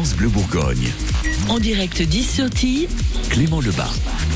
France Bleu Bourgogne. En direct d'Is-sur-Tille, Clément Lebas.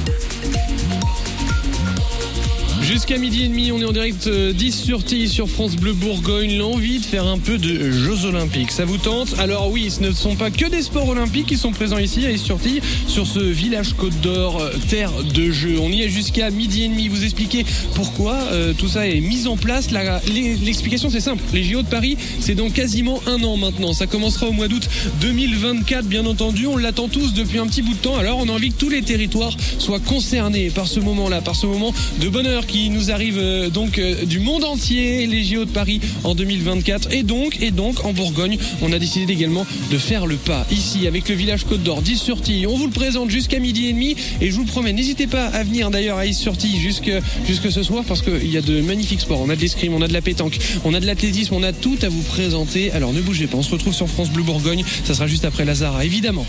Jusqu'à 12h30, on est en direct d'Is-sur-Tille sur France Bleu Bourgogne. L'envie de faire un peu de Jeux Olympiques, ça vous tente? Alors oui, ce ne sont pas que des sports olympiques qui sont présents ici à Is-sur-Tille, sur ce village Côte d'Or, terre de jeux. On y est jusqu'à 12h30. Vous expliquer pourquoi tout ça est mis en place. L'explication c'est simple. Les JO de Paris, c'est dans quasiment un an maintenant. Ça commencera au mois d'août 2024, bien entendu. On l'attend tous depuis un petit bout de temps. Alors on a envie que tous les territoires soient concernés par ce moment-là, par ce moment de bonheur qui nous arrive donc du monde entier, les JO de Paris en 2024. Et donc en Bourgogne, on a décidé également de faire le pas ici avec le village Côte d'Or d'Is-sur-Tille. On vous le présente jusqu'à 12h30 et je vous le promets, n'hésitez pas à venir d'ailleurs à Is-sur-Tille jusque ce soir parce qu'il y a de magnifiques sports. On a de l'escrime, on a de la pétanque, on a de l'athlétisme, on a tout à vous présenter. Alors ne bougez pas, on se retrouve sur France Bleu Bourgogne. Ça sera juste après Lazara, évidemment.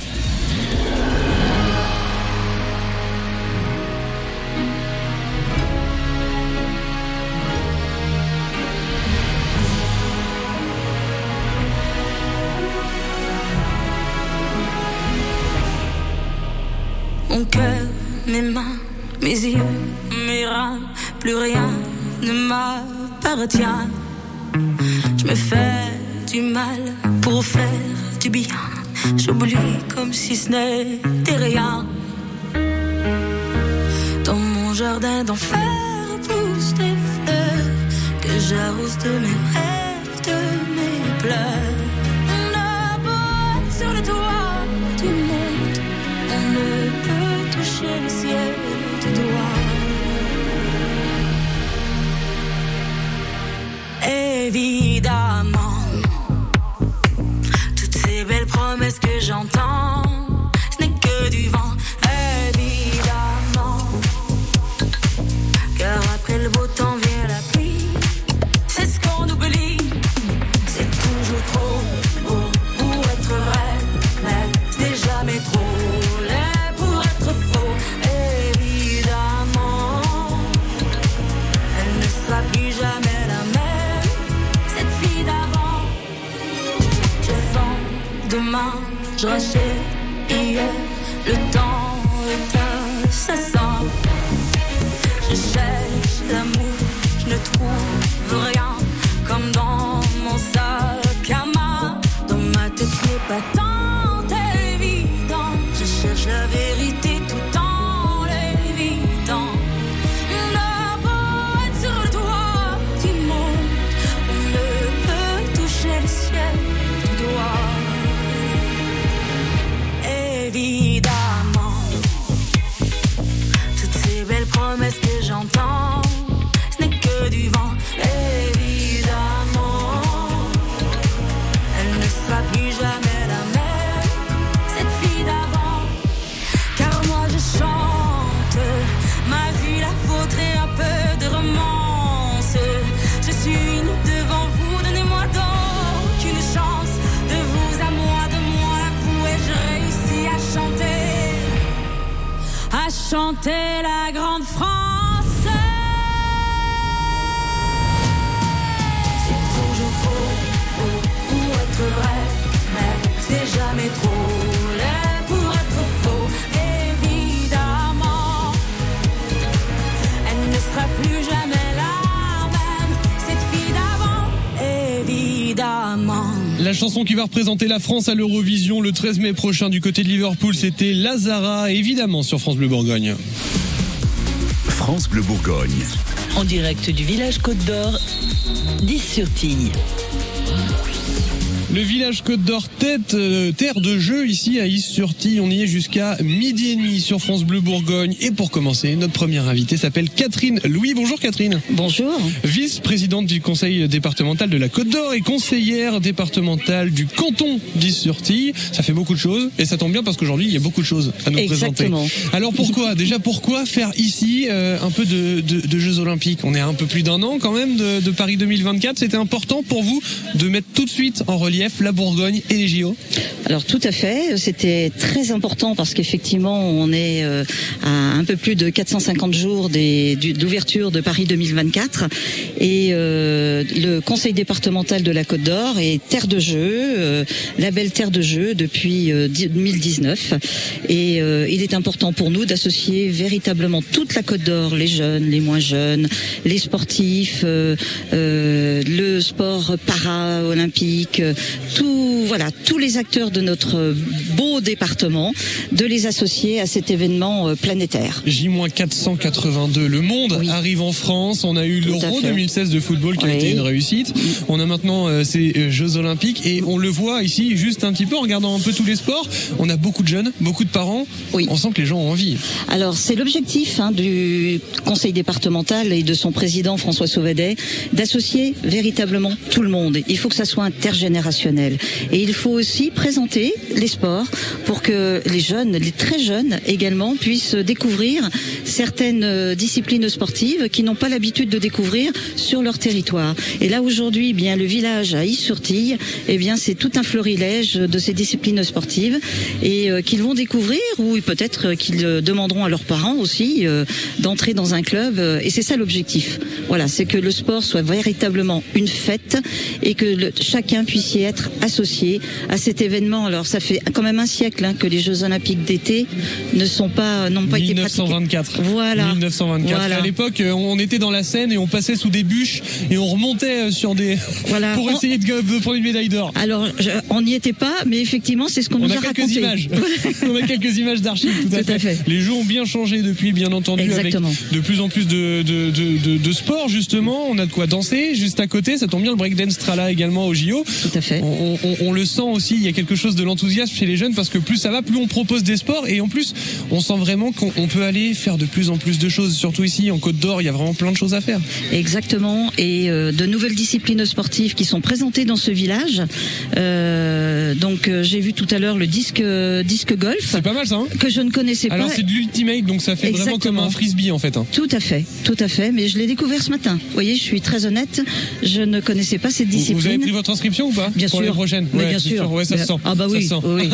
Mon cœur, mes mains, mes yeux, mes reins, plus rien ne m'appartient. Je me fais du mal pour faire du bien. J'oublie comme si ce n'était rien. Dans mon jardin d'enfer poussent des fleurs que j'arrose de mes rêves, de mes pleurs. On a beau être sur le toit du monde, on ne peut toucher le ciel du doigt. Évidemment, toutes ces belles promesses que j'entends, ce n'est que du vent. Évidemment, car après le beau temps vient la pluie. C'est ce qu'on oublie, c'est toujours trop beau pour être vrai, mais ce n'est jamais trop laid pour être faux. Évidemment, elle ne sera plus jamais la même, cette fille d'avant. Je vends demain, je rachète hier, le temps est incessant. Je cherche l'amour, je ne trouve rien, comme dans mon sac à main. Dans ma tête ce n'est pas tant évident. Je cherche la vérité tout en l'évitant. On a beau être sur le toit du monde, on ne peut toucher le ciel du doigt. Évidemment, toutes ces belles promesses que j'entends, ce n'est que du vent. Évidemment, elle ne sera plus jamais la même, cette fille d'avant. Car moi je chante ma vie, la vôtre et un peu de romance. Je suis nue devant vous, donnez-moi donc une chance. De vous à moi, de moi à vous, et je réussis à chanter la grande France. C'est toujours faux pour être vrai, mais c'est jamais trop laid pour être faux. Évidemment, elle ne sera plus jamais la même, cette fille d'avant. Évidemment. La chanson qui va représenter la France à l'Eurovision le 13 mai prochain du côté de Liverpool, c'était Lazara, évidemment sur France Bleu Bourgogne. France Bleu Bourgogne. en direct du village Côte d'Or d'Is-sur-Tille. Le village Côte d'Or, terre de jeu ici à Is-sur-Tille. On y est jusqu'à 12h30 sur France Bleu Bourgogne. Et pour commencer, notre première invitée s'appelle Catherine Louis. Bonjour Catherine. Bonjour. Vice-présidente du conseil départemental de la Côte d'Or et conseillère départementale du canton d'Is-sur-Tille. Ça fait beaucoup de choses et ça tombe bien parce qu'aujourd'hui il y a beaucoup de choses à nous Exactement. présenter. Alors pourquoi faire ici un peu de Jeux Olympiques? On est à un peu plus d'un an quand même de Paris 2024. C'était important pour vous de mettre tout de suite en relief relief, la Bourgogne et les JO. Alors tout à fait, c'était très important parce qu'effectivement on est à un peu plus de 450 jours d'ouverture de Paris 2024 et le conseil départemental de la Côte d'Or est terre de jeu, label terre de jeu depuis 2019 et il est important pour nous d'associer véritablement toute la Côte d'Or, les jeunes, les moins jeunes, les sportifs, le sport para-olympique, tous les acteurs de notre beau département, de les associer à cet événement planétaire. J-482, le monde arrive en France. On a eu l'Euro 2016 de football qui a été une réussite. On a maintenant ces Jeux Olympiques et on le voit ici juste un petit peu en regardant un peu tous les sports. On a beaucoup de jeunes, beaucoup de parents. Oui. On sent que les gens ont envie. Alors c'est l'objectif du conseil départemental et de son président François Sauvadet d'associer véritablement tout le monde. Il faut que ça soit intergénérationnel et il faut aussi présenter les sports pour que les jeunes, les très jeunes également puissent découvrir certaines disciplines sportives qu'ils n'ont pas l'habitude de découvrir sur leur territoire. Et là aujourd'hui, le village à Is-sur-Tille, c'est tout un florilège de ces disciplines sportives et qu'ils vont découvrir ou peut-être qu'ils demanderont à leurs parents aussi d'entrer dans un club et c'est ça l'objectif. Voilà, c'est que le sport soit véritablement une fête et que chacun puisse y être associé à cet événement. Alors ça fait quand même un siècle que les Jeux Olympiques d'été n'ont pas été pratiqués. 1924. Voilà. 1924. Voilà. À l'époque, on était dans la Seine et on passait sous des bûches et on remontait sur des pour essayer de prendre une médaille d'or. Alors, on n'y était pas, mais effectivement, c'est ce qu'on nous a raconté. On a quelques images d'archives, tout à fait. Les jeux ont bien changé depuis, bien entendu. Exactement. Avec de plus en plus de sport, justement. On a de quoi danser. Juste à côté, ça tombe bien, le breakdance sera là également au JO. Tout à fait. On le sent aussi, il y a quelque chose de l'enthousiasme chez les jeunes parce que plus ça va, plus on propose des sports et en plus, on sent vraiment qu'on peut aller faire de plus en plus de choses. Surtout ici, en Côte d'Or, il y a vraiment plein de choses à faire. Exactement. Et de nouvelles disciplines sportives qui sont présentées dans ce village. Donc, j'ai vu tout à l'heure le disque golf. C'est pas mal ça, hein? Que je ne connaissais pas. Alors, c'est de l'ultimate, donc ça fait vraiment comme un frisbee en fait. Tout à fait. Mais je l'ai découvert ce matin. Vous voyez, je suis très honnête. Je ne connaissais pas cette discipline. Vous avez pris votre inscription ou pas? Bien pour sûr. Les prochaines. Ouais, bien sûr. Ouais, ça se sent. Ah bah oui. Ça se sent. Oui.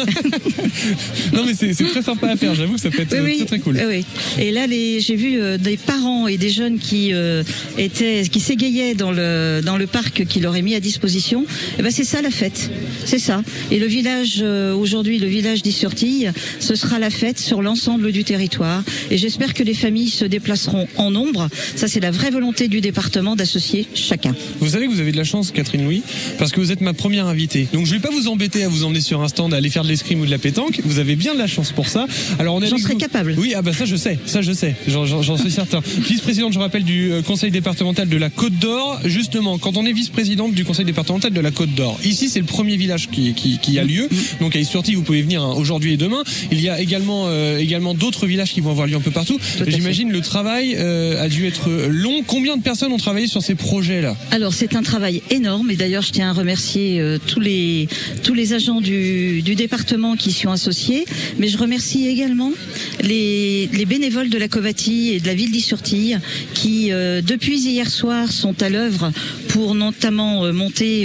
Non mais c'est très sympa à faire. J'avoue que ça peut être très très cool. Oui. Et là, j'ai vu des parents et des jeunes qui s'égayaient dans le parc qui leur est mis à disposition. Et c'est ça la fête. C'est ça. Et le village aujourd'hui, le village d'Is-sur-Tille, ce sera la fête sur l'ensemble du territoire. Et j'espère que les familles se déplaceront en nombre. Ça, c'est la vraie volonté du département d'associer chacun. Vous savez que vous avez de la chance, Catherine Louis, parce que vous êtes ma première invitée. Donc je vais pas vous embêter à vous emmener sur un stand à aller faire de l'escrime ou de la pétanque. Vous avez bien de la chance pour ça. Alors j'en serais capable. Oui, ça je sais. J'en suis certain. Vice-présidente, je rappelle, du conseil départemental de la Côte d'Or. Justement, quand on est vice-présidente du conseil départemental de la Côte d'Or, ici c'est le premier village qui a lieu. Donc à Is-sur-Tille, vous pouvez venir aujourd'hui et demain. Il y a également d'autres villages qui vont avoir lieu un peu partout. J'imagine le travail a dû être long. Combien de personnes ont travaillé sur ces projets-là? Alors c'est un travail énorme et d'ailleurs je tiens à remercier tous les agents du département qui y sont associés, mais je remercie également les bénévoles de la Covati et de la ville d'Is-sur-Tille qui depuis hier soir sont à l'œuvre pour notamment monter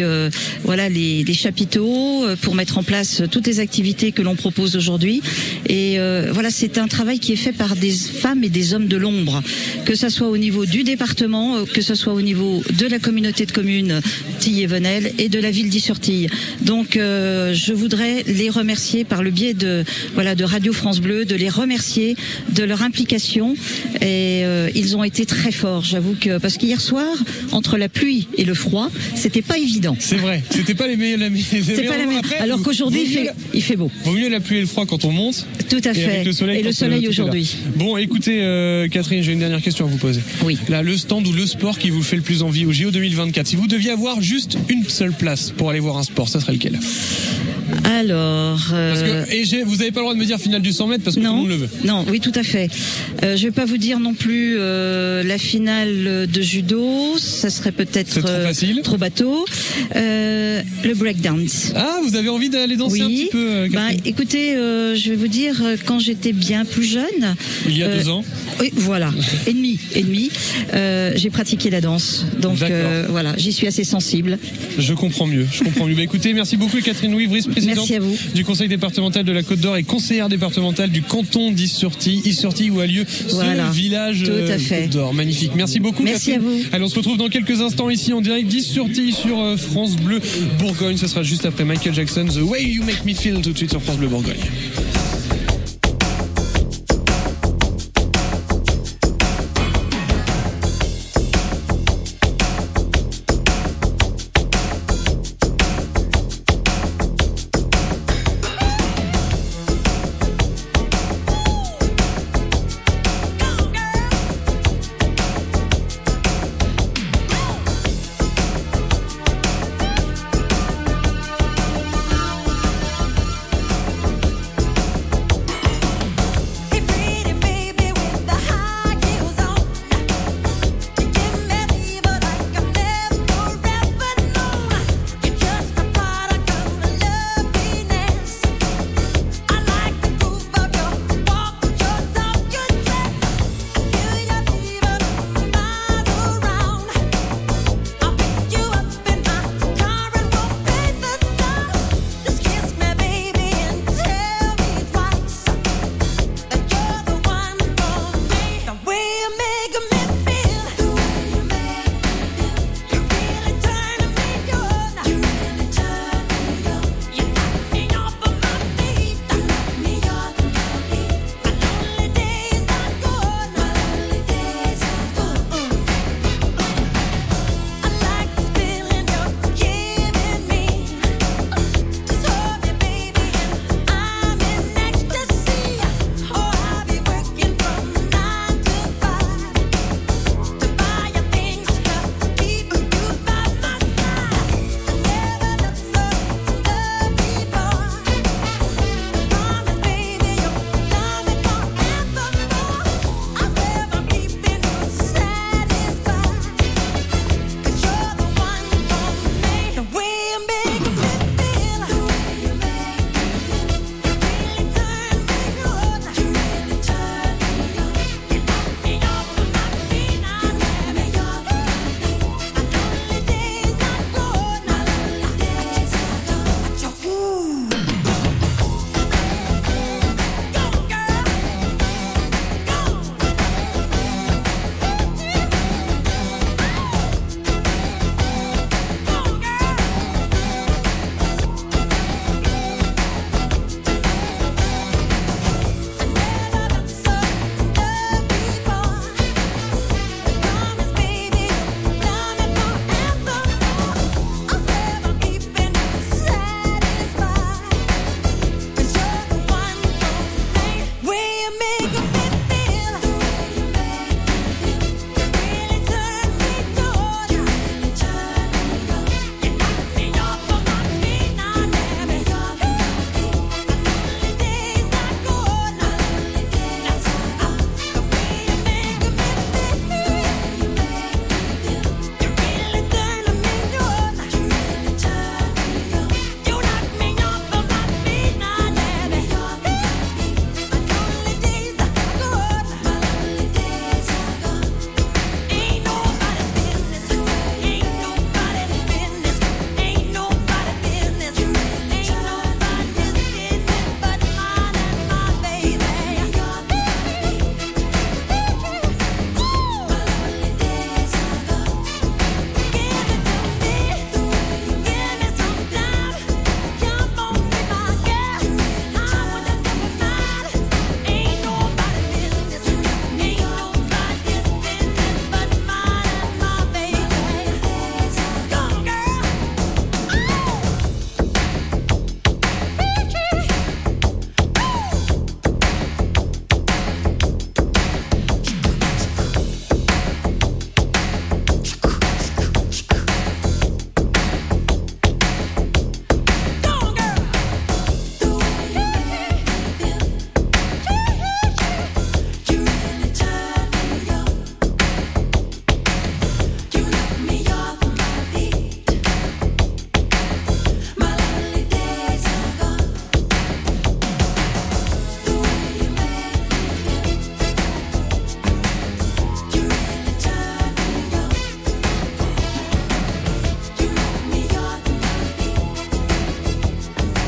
les chapiteaux, pour mettre en place toutes les activités que l'on propose aujourd'hui. Et c'est un travail qui est fait par des femmes et des hommes de l'ombre, que ça soit au niveau du département, que ce soit au niveau de la communauté de communes Tille-et-Venelle et de la ville d'Is-sur-Tille. Donc je voudrais les remercier par le biais de Radio France Bleu, de les remercier de leur implication et ils ont été très forts. J'avoue que parce qu'hier soir, entre la pluie et le froid, c'était pas évident. C'est vrai, c'était pas les meilleurs. Alors qu'aujourd'hui il fait beau. Vaut mieux la pluie et le froid quand on monte. Tout à fait. Et le soleil aujourd'hui. Bon, écoutez, Catherine, j'ai une dernière question à vous poser. Oui. Là, le stand ou le sport qui vous fait le plus envie au JO 2024, si vous deviez avoir juste une seule place pour aller voir un sport, ça serait lequel? Alors, parce que vous n'avez pas le droit de me dire finale du 100 mètres parce que tout le monde le veut. Non, oui, tout à fait. Je vais pas vous dire non plus la finale de judo. Ça serait peut-être Trop facile. trop bateau. Le breakdance. Ah, vous avez envie d'aller danser un petit peu, Catherine ? Écoutez, je vais vous dire, quand j'étais bien plus jeune... Il y a 2 ans ? Oui, voilà, et demi. J'ai pratiqué la danse, donc voilà, j'y suis assez sensible. Je comprends mieux. Bah, écoutez, merci beaucoup Catherine Louis, vice-présidente Merci à vous. du conseil départemental de la Côte d'Or et conseillère départementale du canton d'Is-sur-Tille, où a lieu ce village Côte d'Or. Magnifique. Merci beaucoup. Merci Catherine. à vous. Allez, on se retrouve dans quelques instants ici en direct d'Is-sur-Tille sur France Bleu Bourgogne. Ce sera juste après Michael Jackson, The Way You Make Me Feel, tout de suite sur France Bleu Bourgogne.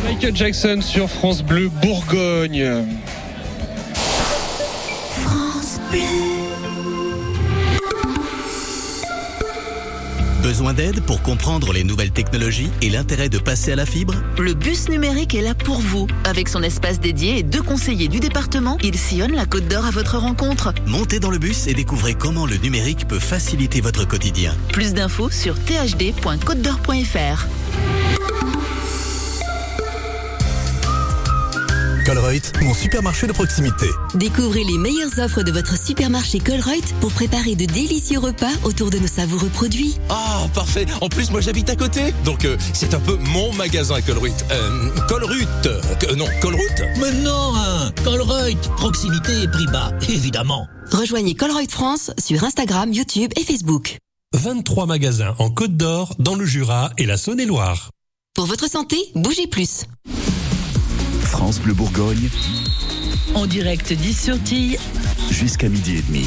Michael Jackson sur France Bleu Bourgogne. France Bleu. Besoin d'aide pour comprendre les nouvelles technologies et l'intérêt de passer à la fibre ? Le bus numérique est là pour vous. Avec son espace dédié et 2 conseillers du département, il sillonne la Côte d'Or à votre rencontre. Montez dans le bus et découvrez comment le numérique peut faciliter votre quotidien. Plus d'infos sur thd.côtedor.fr. Colruyt, mon supermarché de proximité. Découvrez les meilleures offres de votre supermarché Colruyt pour préparer de délicieux repas autour de nos savoureux produits. Ah, parfait. En plus, moi, j'habite à côté. Donc, c'est un peu mon magasin à Colruyt. Colruyt. Non, Colruyt. Mais non, hein. Colruyt. Proximité et prix bas, évidemment. Rejoignez Colruyt France sur Instagram, YouTube et Facebook. 23 magasins en Côte d'Or, dans le Jura et la Saône-et-Loire. Pour votre santé, bougez plus. France Bleu Bourgogne, En direct 10 sur Tille. jusqu'à 12h30.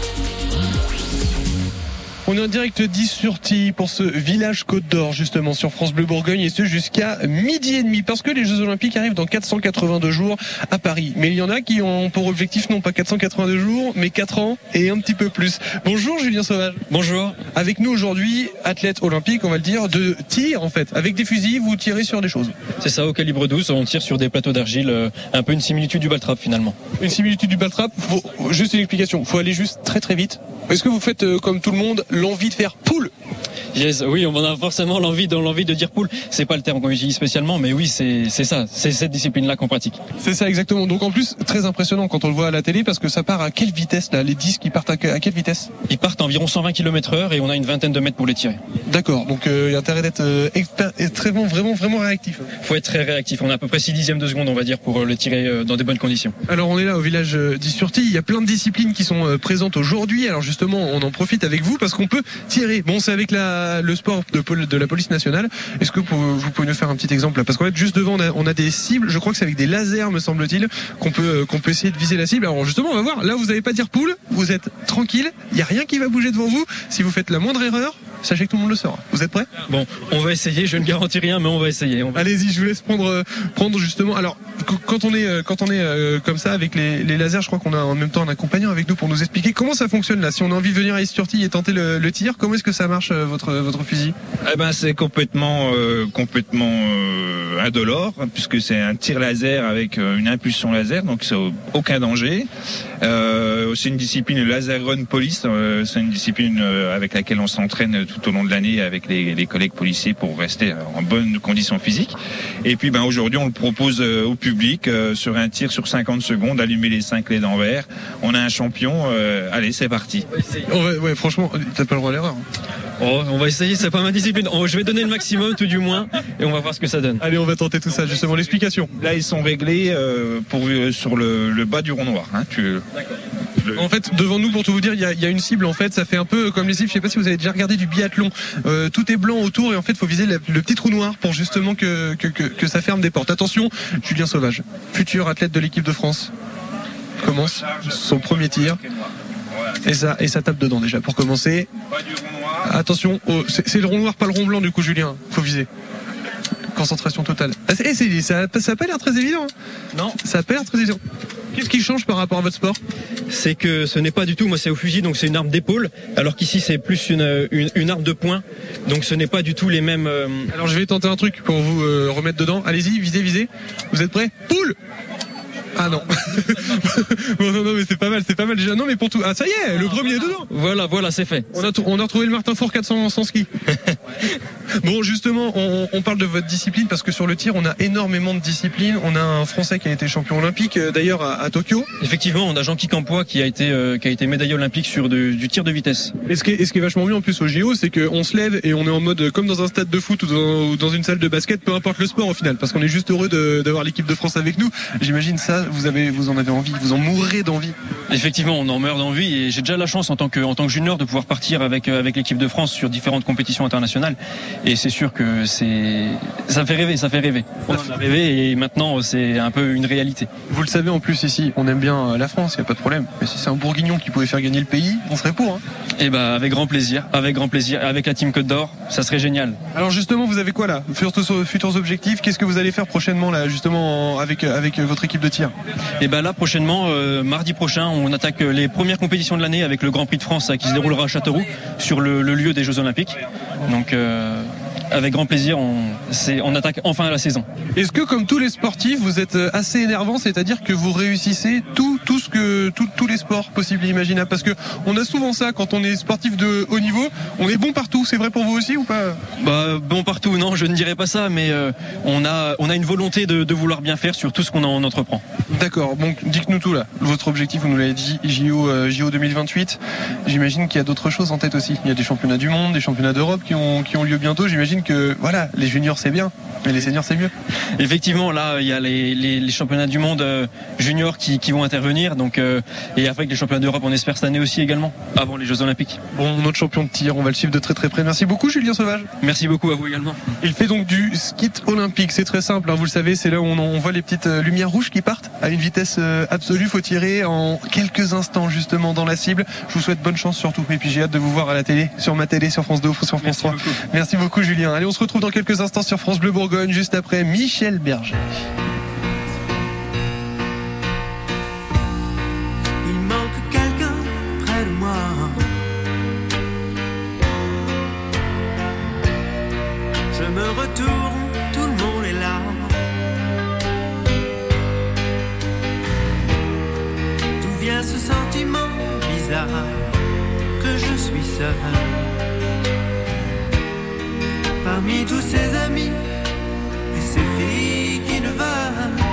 On est en direct 10 sur Tille pour ce village Côte d'Or, justement, sur France Bleu Bourgogne, et ce jusqu'à 12h30, parce que les Jeux Olympiques arrivent dans 482 jours à Paris. Mais il y en a qui ont pour objectif non pas 482 jours, mais 4 ans et un petit peu plus. Bonjour Julien Sauvage. Bonjour. Avec nous aujourd'hui, athlète olympique, on va le dire, de tir en fait. Avec des fusils, vous tirez sur des choses. C'est ça, au calibre 12, on tire sur des plateaux d'argile, un peu une similitude du baltrap finalement. Une similitude du baltrap, juste une explication, faut aller juste très très vite. Est-ce que vous faites comme tout le monde l'envie de faire poule? Yes, oui, on a forcément l'envie de dire poule. C'est pas le terme qu'on utilise spécialement, mais oui, c'est ça, c'est cette discipline-là qu'on pratique. C'est ça exactement. Donc en plus, très impressionnant quand on le voit à la télé, parce que ça part à quelle vitesse là? Les disques, ils partent à quelle vitesse? Ils partent à environ 120 km/h et on a une vingtaine de mètres pour les tirer. D'accord, donc il y a intérêt d'être vraiment réactif. Faut être très réactif. On a à peu près 6/10 de seconde, on va dire, pour le tirer dans des bonnes conditions. Alors on est là au village d'Is-sur-Tille, il y a plein de disciplines qui sont présentes aujourd'hui. Alors justement, on en profite avec vous parce qu'on peut tirer. Bon, c'est avec le sport de la police nationale. Est-ce que vous pouvez nous faire un petit exemple là? Parce qu'en fait, juste devant, on a des cibles. Je crois que c'est avec des lasers, me semble-t-il, qu'on peut essayer de viser la cible. Alors justement, on va voir. Là, vous n'allez pas dire poule. Vous êtes tranquille. Il n'y a rien qui va bouger devant vous. Si vous faites la moindre erreur, sachez que tout le monde le saura. Vous êtes prêts? Bon, on va essayer. Je ne garantis rien, mais on va essayer. Allez-y, je vous laisse prendre justement. Alors, quand on est comme ça avec les lasers, je crois qu'on a en même temps un accompagnant avec nous pour nous expliquer comment ça fonctionne là. Si on a envie de venir à Is-sur-Tille et tenter le tir, comment est-ce que ça marche votre fusil? Eh ben, c'est complètement indolore, puisque c'est un tir laser avec une impulsion laser, donc c'est aucun danger. C'est une discipline laser run police. C'est une discipline avec laquelle on s'entraîne tout au long de l'année avec les collègues policiers pour rester en bonne condition physique. Et puis aujourd'hui on le propose au public sur un tir sur 50 secondes, allumer les 5 LED en vert. On a un champion, allez c'est parti. Ouais, franchement, t'as pas le droit à l'erreur. Oh, on va essayer, c'est pas ma discipline. Je vais donner le maximum tout du moins et on va voir ce que ça donne. Allez, on va tenter tout ça, justement l'explication. Là ils sont réglés sur le bas du rond noir. D'accord. En fait, devant nous, pour tout vous dire, il y a une cible. En fait, ça fait un peu comme les cibles. Je sais pas si vous avez déjà regardé du biathlon. Tout est blanc autour et en fait, il faut viser le petit trou noir pour justement que ça ferme des portes. Attention, Julien Sauvage, futur athlète de l'équipe de France, commence son premier tir et ça tape dedans déjà pour commencer. Attention, c'est le rond noir, pas le rond blanc du coup, Julien. Faut viser. Concentration totale. Ça a pas l'air très évident. Non. Ça a pas l'air très évident. Qu'est-ce qui change par rapport à votre sport? C'est que ce n'est pas du tout, moi c'est au fusil, donc c'est une arme d'épaule, alors qu'ici c'est plus une arme de poing, donc ce n'est pas du tout les mêmes... Alors je vais tenter un truc pour vous remettre dedans. Allez-y, visez. Vous êtes prêts? Poule! Ah non. Bon, non, mais c'est pas mal déjà. Non, mais pour tout. Ah, ça y est, le premier est dedans. Voilà, c'est fait. On a retrouvé le Martin Fourcade sans ski. Bon, justement, on parle de votre discipline parce que sur le tir, on a énormément de disciplines. On a un Français qui a été champion olympique, d'ailleurs, à Tokyo. Effectivement, on a Jean Campois qui a été médaillé olympique sur du tir de vitesse. Et ce qui est vachement bien en plus au JO, c'est qu'on se lève et on est en mode comme dans un stade de foot ou dans une salle de basket, peu importe le sport au final, parce qu'on est juste heureux d'avoir l'équipe de France avec nous. J'imagine ça. Vous en avez envie, vous en mourrez d'envie. Effectivement, on en meurt d'envie et j'ai déjà la chance en tant que junior de pouvoir partir avec l'équipe de France sur différentes compétitions internationales. Et c'est sûr que ça fait rêver. On en a rêvé et maintenant c'est un peu une réalité. Vous le savez, en plus ici, on aime bien la France, il n'y a pas de problème. Mais si c'est un Bourguignon qui pouvait faire gagner le pays, on serait pour. Et avec grand plaisir. Avec la team Côte d'Or, ça serait génial. Alors justement, vous avez quoi là, futurs objectifs? Qu'est-ce que vous allez faire prochainement là, justement avec votre équipe de tir? Et là prochainement, mardi prochain, on attaque les premières compétitions de l'année avec le Grand Prix de France qui se déroulera à Châteauroux sur le lieu des Jeux Olympiques. Donc avec grand plaisir, on attaque enfin la saison. Est-ce que, comme tous les sportifs, vous êtes assez énervant, c'est-à-dire que vous réussissez tous les sports possibles et imaginables? Parce que on a souvent ça quand on est sportif de haut niveau, on est bon partout. C'est vrai pour vous aussi ou pas? Bon partout, non, je ne dirais pas ça, mais on a une volonté de vouloir bien faire sur tout ce qu'on en entreprend. D'accord. Donc dites-nous tout là. Votre objectif, vous nous l'avez dit, JO 2028. J'imagine qu'il y a d'autres choses en tête aussi. Il y a des championnats du monde, des championnats d'Europe qui ont lieu bientôt. J'imagine que voilà, les juniors c'est bien, mais les seniors c'est mieux. Effectivement, là il y a les championnats du monde juniors qui vont intervenir, donc et avec les championnats d'Europe, on espère cette année aussi également, avant les Jeux Olympiques. Bon, notre champion de tir, on va le suivre de très très près. Merci beaucoup Julien Sauvage. Merci beaucoup à vous également. Il fait donc du ski olympique, c'est très simple, vous le savez, c'est là où on voit les petites lumières rouges qui partent à une vitesse absolue. Faut tirer en quelques instants justement dans la cible. Je vous souhaite bonne chance surtout, et puis j'ai hâte de vous voir à la télé, sur ma télé, sur France 2 ou sur France 3. Merci beaucoup Julien. Allez, on se retrouve dans quelques instants sur France Bleu Bourgogne, juste après Michel Berger. Il manque quelqu'un près de moi. Je me retourne, tout le monde est là. D'où vient ce sentiment bizarre que je suis seul? Parmi tous ces amis et ces filles qui ne veulent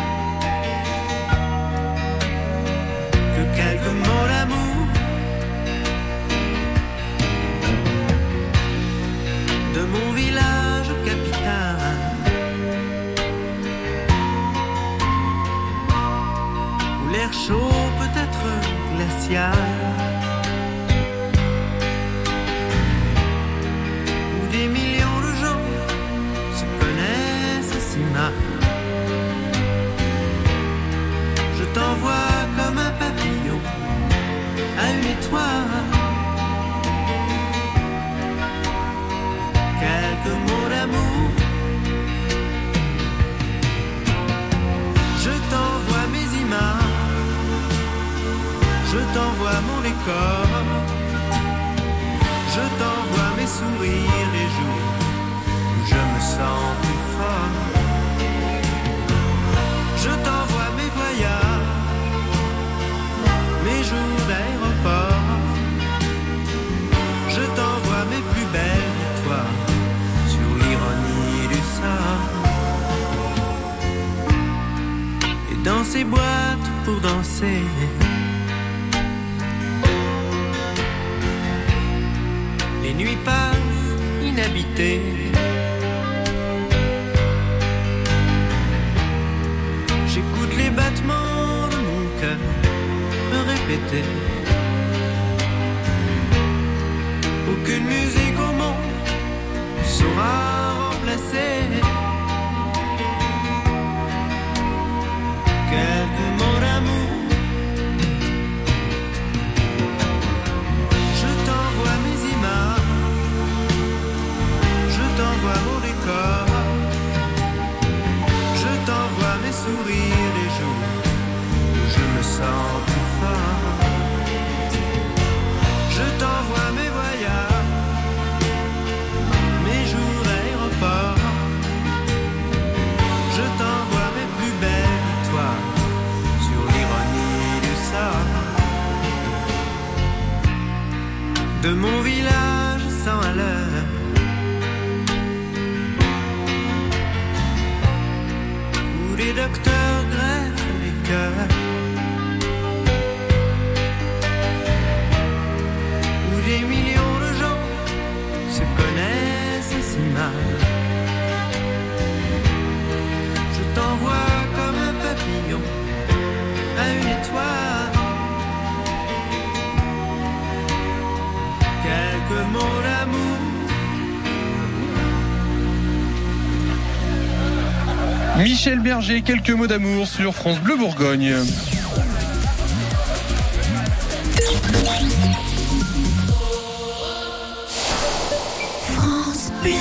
que quelques mots d'amour, de mon village capital, où l'air chaud peut être glacial, où des millions je t'envoie comme un papillon à une étoile, quelques mots d'amour. Je t'envoie mes images, je t'envoie mon décor, je t'envoie mes sourires les jours où je me sens plus fort. Je t'envoie mes voyages, mes jours d'aéroport. Je t'envoie mes plus belles victoires sur l'ironie du sort. Et dans ces boîtes pour danser, les nuits passent inhabitées. J'écoute les battements de mon cœur me répéter. Aucune musique au monde saura remplacer quelques mots d'amour. Je t'envoie mes images, je t'envoie mon décor, je t'envoie mes sourires les jours où je me sens plus fort. Je t'envoie mes voyages, mes jours d'aéroport. Je t'envoie mes plus belles victoires sur l'ironie du sort. De mon village sans à l'heure, où les docteurs greffent les cœurs, où des millions de gens se connaissent si mal. Je t'envoie comme un papillon à une étoile, quelques mots d'amour. Michel Berger, quelques mots d'amour sur France Bleu Bourgogne. France Bleu.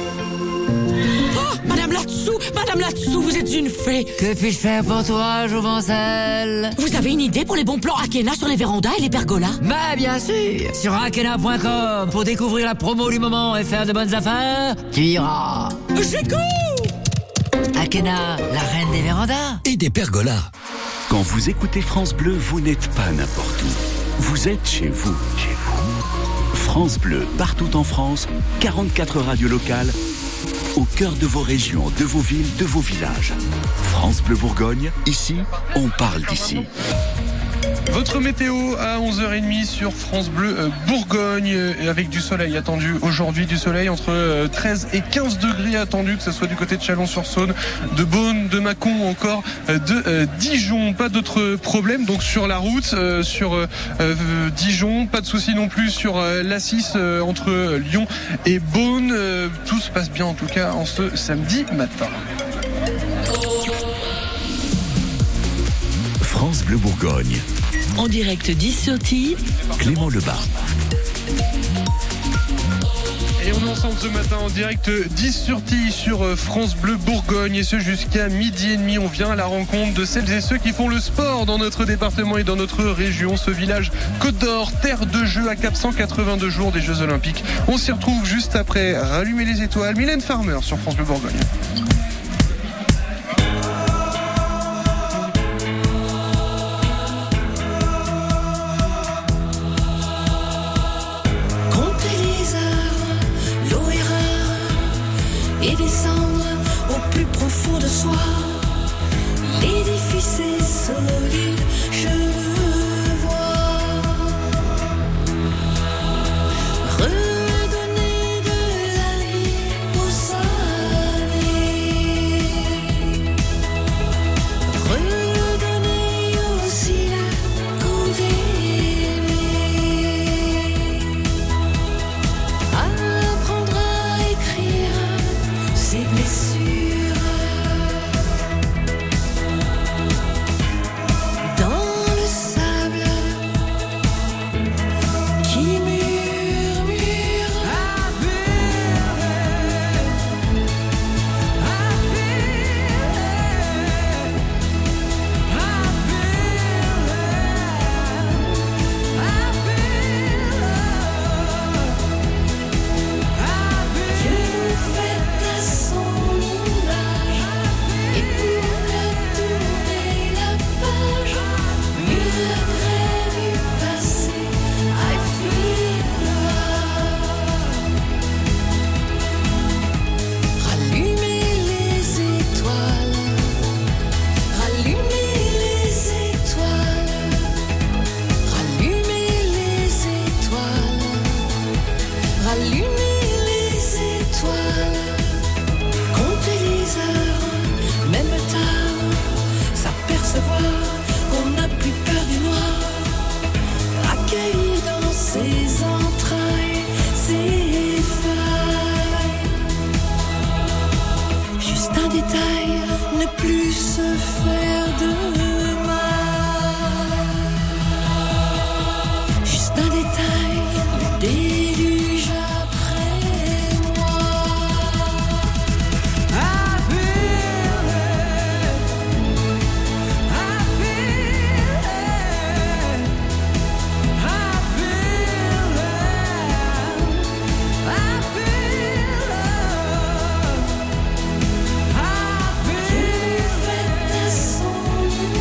Oh, Madame là-dessous, vous êtes une fée. Que puis-je faire pour toi, Jouvencel? Vous avez une idée pour les bons plans Akena sur les vérandas et les pergolas? Bah bien sûr. Sur akena.com, pour découvrir la promo du moment et faire de bonnes affaires, tu iras. J'écoute. Akena, la reine des vérandas et des pergolas. Quand vous écoutez France Bleu, vous n'êtes pas n'importe où. Vous êtes chez vous. Chez vous. France Bleu, partout en France, 44 radios locales, au cœur de vos régions, de vos villes, de vos villages. France Bleu Bourgogne, ici, on parle d'ici. Votre météo à 11h30 sur France Bleu Bourgogne, avec du soleil attendu aujourd'hui, du soleil entre 13 et 15 degrés attendus, que ce soit du côté de Chalon-sur-Saône, de Beaune, de Mâcon ou encore de Dijon. Pas d'autres problèmes donc sur la route, sur Dijon, pas de soucis non plus sur l'A6 entre Lyon et Beaune. Tout se passe bien en tout cas en ce samedi matin. France Bleu Bourgogne. En direct 10 sur Tille, Clément Lebas. Et on est ensemble ce matin en direct 10 sur Tille sur France Bleu Bourgogne, et ce jusqu'à 12h30. On vient à la rencontre de celles et ceux qui font le sport dans notre département et dans notre région. Ce village Côte d'Or, terre de jeu à 482 jours des Jeux Olympiques. On s'y retrouve juste après Rallumer les étoiles. Mylène Farmer sur France Bleu Bourgogne. Et descendre au plus profond de soi. L'édifice est solide, je le vois. Redonner de la vie aux années. Redonner aussi la goût d'aimer. Apprendre à écrire ses blessures dans le sable qui murmure. Ne plus se faire de mal. Juste un détail, le déluge après moi. I feel it.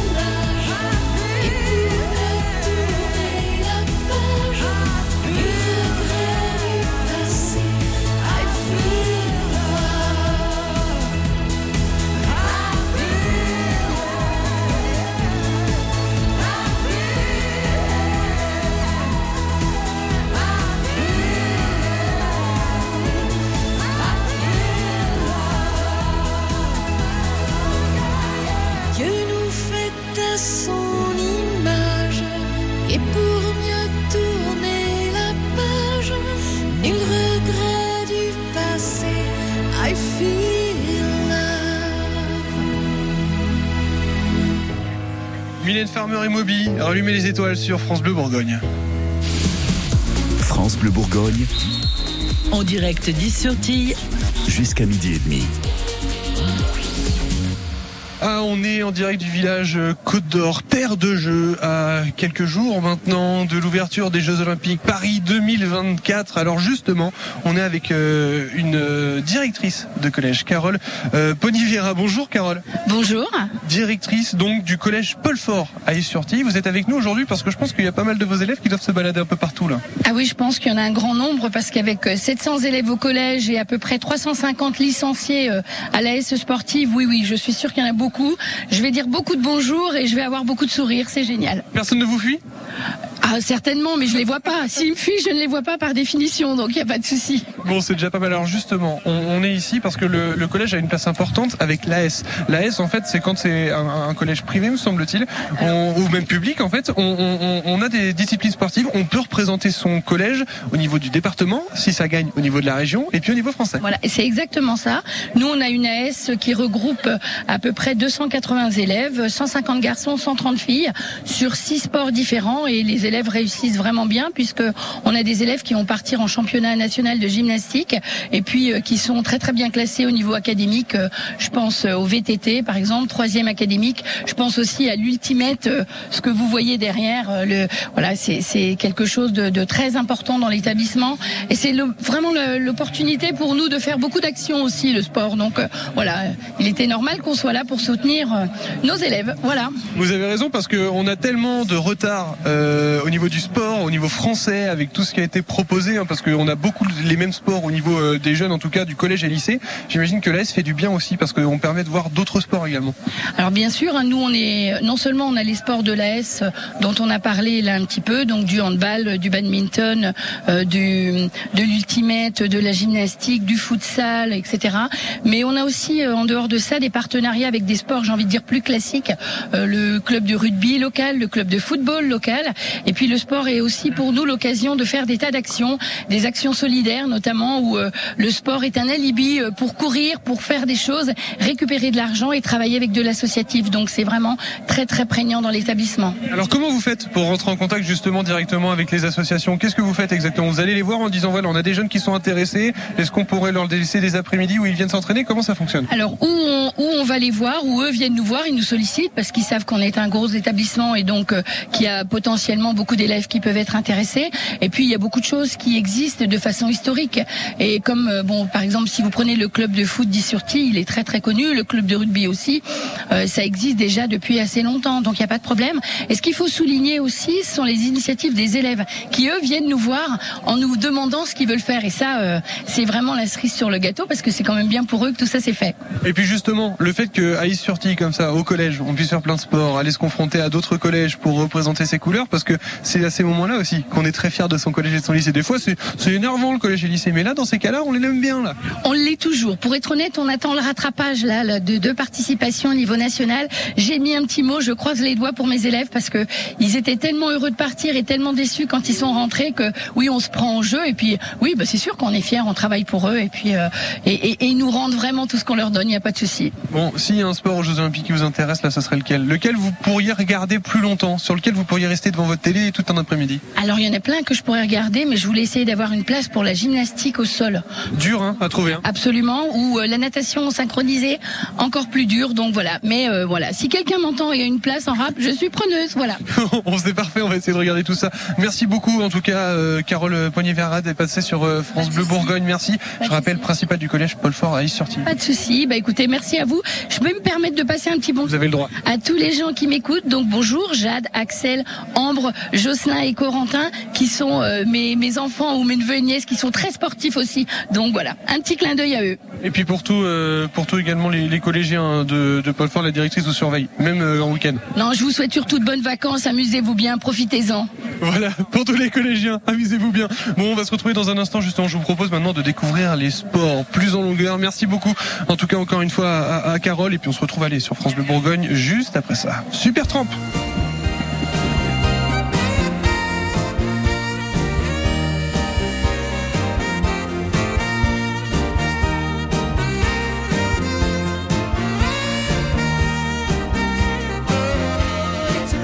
Mylène Farmer et Moby, rallumez les étoiles sur France Bleu Bourgogne. France Bleu Bourgogne, En direct 10 sur Tille. jusqu'à 12h30. Ah, on est en direct du village Côte d'Or, terre de jeu, à quelques jours maintenant de l'ouverture des Jeux Olympiques Paris 2024. Alors justement, on est avec une directrice de collège, Carole Poniviera. Bonjour Carole. Bonjour. Directrice donc du collège Paul Fort à Is-sur-Tille. Vous êtes avec nous aujourd'hui parce que je pense qu'il y a pas mal de vos élèves qui doivent se balader un peu partout là. Ah oui, je pense qu'il y en a un grand nombre parce qu'avec 700 élèves au collège et à peu près 350 licenciés à l'AS sportive, oui, je suis sûre qu'il y en a beaucoup. Je vais dire beaucoup de bonjour et je vais avoir beaucoup de sourires, c'est génial. Personne ne vous fuit ? Ah, certainement, mais je les vois pas. S'ils me fuient, je ne les vois pas par définition, donc il n'y a pas de souci. Bon, c'est déjà pas mal. Alors justement, on est ici parce que le collège a une place importante avec l'AS. L'AS, en fait, c'est quand c'est un collège privé, me semble-t-il, ou même public, en fait, on a des disciplines sportives. On peut représenter son collège au niveau du département, si ça gagne au niveau de la région, et puis au niveau français. Voilà, c'est exactement ça. Nous, on a une AS qui regroupe à peu près 280 élèves, 150 garçons, 130 filles, sur 6 sports différents, et les élèves réussissent vraiment bien puisque on a des élèves qui vont partir en championnat national de gymnastique et puis qui sont très très bien classés au niveau académique. Je pense au VTT par exemple, 3e académique. Je pense aussi à l'ultimate, ce que vous voyez derrière. Voilà, c'est quelque chose de très important dans l'établissement et c'est vraiment l'opportunité pour nous de faire beaucoup d'actions aussi, le sport. Donc voilà, il était normal qu'on soit là pour soutenir nos élèves. Voilà. Vous avez raison parce qu'on a tellement de retard au niveau du sport, au niveau français, avec tout ce qui a été proposé, parce qu'on a beaucoup les mêmes sports au niveau des jeunes, en tout cas du collège et lycée. J'imagine que l'AS fait du bien aussi parce qu'on permet de voir d'autres sports également. Alors bien sûr, nous non seulement on a les sports de l'AS dont on a parlé là un petit peu, donc du handball, du badminton, de l'ultimate, de la gymnastique, du futsal, etc. Mais on a aussi en dehors de ça des partenariats avec des sports, j'ai envie de dire plus classiques, le club de rugby local, le club de football local. Et puis le sport est aussi pour nous l'occasion de faire des tas d'actions, des actions solidaires notamment où le sport est un alibi pour courir, pour faire des choses, récupérer de l'argent et travailler avec de l'associatif. Donc c'est vraiment très très prégnant dans l'établissement. Alors comment vous faites pour rentrer en contact justement directement avec les associations ? Qu'est-ce que vous faites exactement ? Vous allez les voir en disant voilà, on a des jeunes qui sont intéressés, est-ce qu'on pourrait leur laisser des après-midi où ils viennent s'entraîner ? Comment ça fonctionne ? Alors où on va les voir, où eux viennent nous voir, ils nous sollicitent parce qu'ils savent qu'on est un gros établissement et donc qu'il y a potentiellement beaucoup d'élèves qui peuvent être intéressés. Et puis il y a beaucoup de choses qui existent de façon historique. Et comme par exemple si vous prenez le club de foot d'Is-sur-Tille, il est très très connu, le club de rugby aussi, ça existe déjà depuis assez longtemps, donc il n'y a pas de problème. Et ce qu'il faut souligner aussi, ce sont les initiatives des élèves qui eux viennent nous voir en nous demandant ce qu'ils veulent faire. Et ça, c'est vraiment la cerise sur le gâteau parce que c'est quand même bien pour eux que tout ça s'est fait. Et puis justement, le fait qu'à Is-sur-Tille comme ça, au collège, on puisse faire plein de sports, aller se confronter à d'autres collèges pour représenter ses couleurs, parce que c'est à ces moments-là aussi qu'on est très fier de son collège et de son lycée. Des fois, c'est énervant le collège et le lycée, mais là, dans ces cas-là, on les aime bien là. On l'est toujours. Pour être honnête, on attend le rattrapage là de participation au niveau national. J'ai mis un petit mot, je croise les doigts pour mes élèves parce que ils étaient tellement heureux de partir et tellement déçus quand ils sont rentrés que oui, on se prend au jeu et puis oui, c'est sûr qu'on est fiers, on travaille pour eux et puis et ils nous rendent vraiment tout ce qu'on leur donne, il n'y a pas de souci. Bon, s'il y a un sport aux Jeux Olympiques qui vous intéresse, là, ce serait lequel ? Lequel vous pourriez regarder plus longtemps, sur lequel vous pourriez rester devant votre télé tout un après-midi ? Alors il y en a plein que je pourrais regarder, mais je voulais essayer d'avoir une place pour la gymnastique au sol. Dur à trouver. Absolument, ou la natation synchronisée, encore plus dur. Donc voilà. Mais voilà, si quelqu'un m'entend et a une place en rap, je suis preneuse. Voilà. C'est parfait, on va essayer de regarder tout ça. Merci beaucoup en tout cas, Carole Poniviera d'être passée sur France Bleu Bourgogne. Merci. Je rappelle, principal du collège Paul Fort à Is-sur-Tille. Pas de souci. Écoutez, merci à vous. Je peux me permettre de passer un petit bonjour. Vous avez le droit. À tous les gens qui m'écoutent. Donc bonjour Jade, Axel, Ambre, Jocelyn et Corentin qui sont mes enfants ou mes neveux et nièces qui sont très sportifs aussi. Donc voilà, un petit clin d'œil à eux. Et puis pour tout également les collégiens de Paul Fort, la directrice vous surveille, même en week-end. Non, je vous souhaite surtout de bonnes vacances, amusez-vous bien, profitez-en. Voilà, pour tous les collégiens, amusez-vous bien. Bon, on va se retrouver dans un instant, justement, je vous propose maintenant de découvrir les sports plus en longueur. Merci beaucoup, en tout cas encore une fois à Carole, et puis on se retrouve sur France Bleu Bourgogne juste après ça. Super Tramp. It's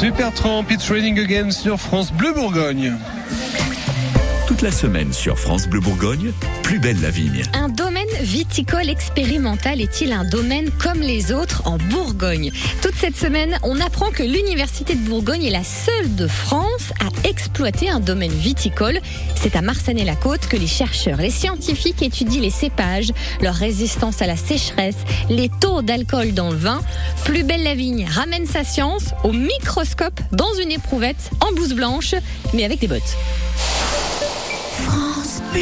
Zoé Bertrand, Pitch Trading Again sur France Bleu Bourgogne. Toute la semaine sur France Bleu Bourgogne, Plus belle la vigne. Un domaine viticole expérimental est-il un domaine comme les autres en Bourgogne? Toute cette semaine, on apprend que l'Université de Bourgogne est la seule de France à exploiter un domaine viticole. C'est à Marsanne-et-la-Côte que les chercheurs, les scientifiques étudient les cépages, leur résistance à la sécheresse, les taux d'alcool dans le vin. Plus belle la vigne ramène sa science au microscope dans une éprouvette en blouse blanche, mais avec des bottes. France Bleu.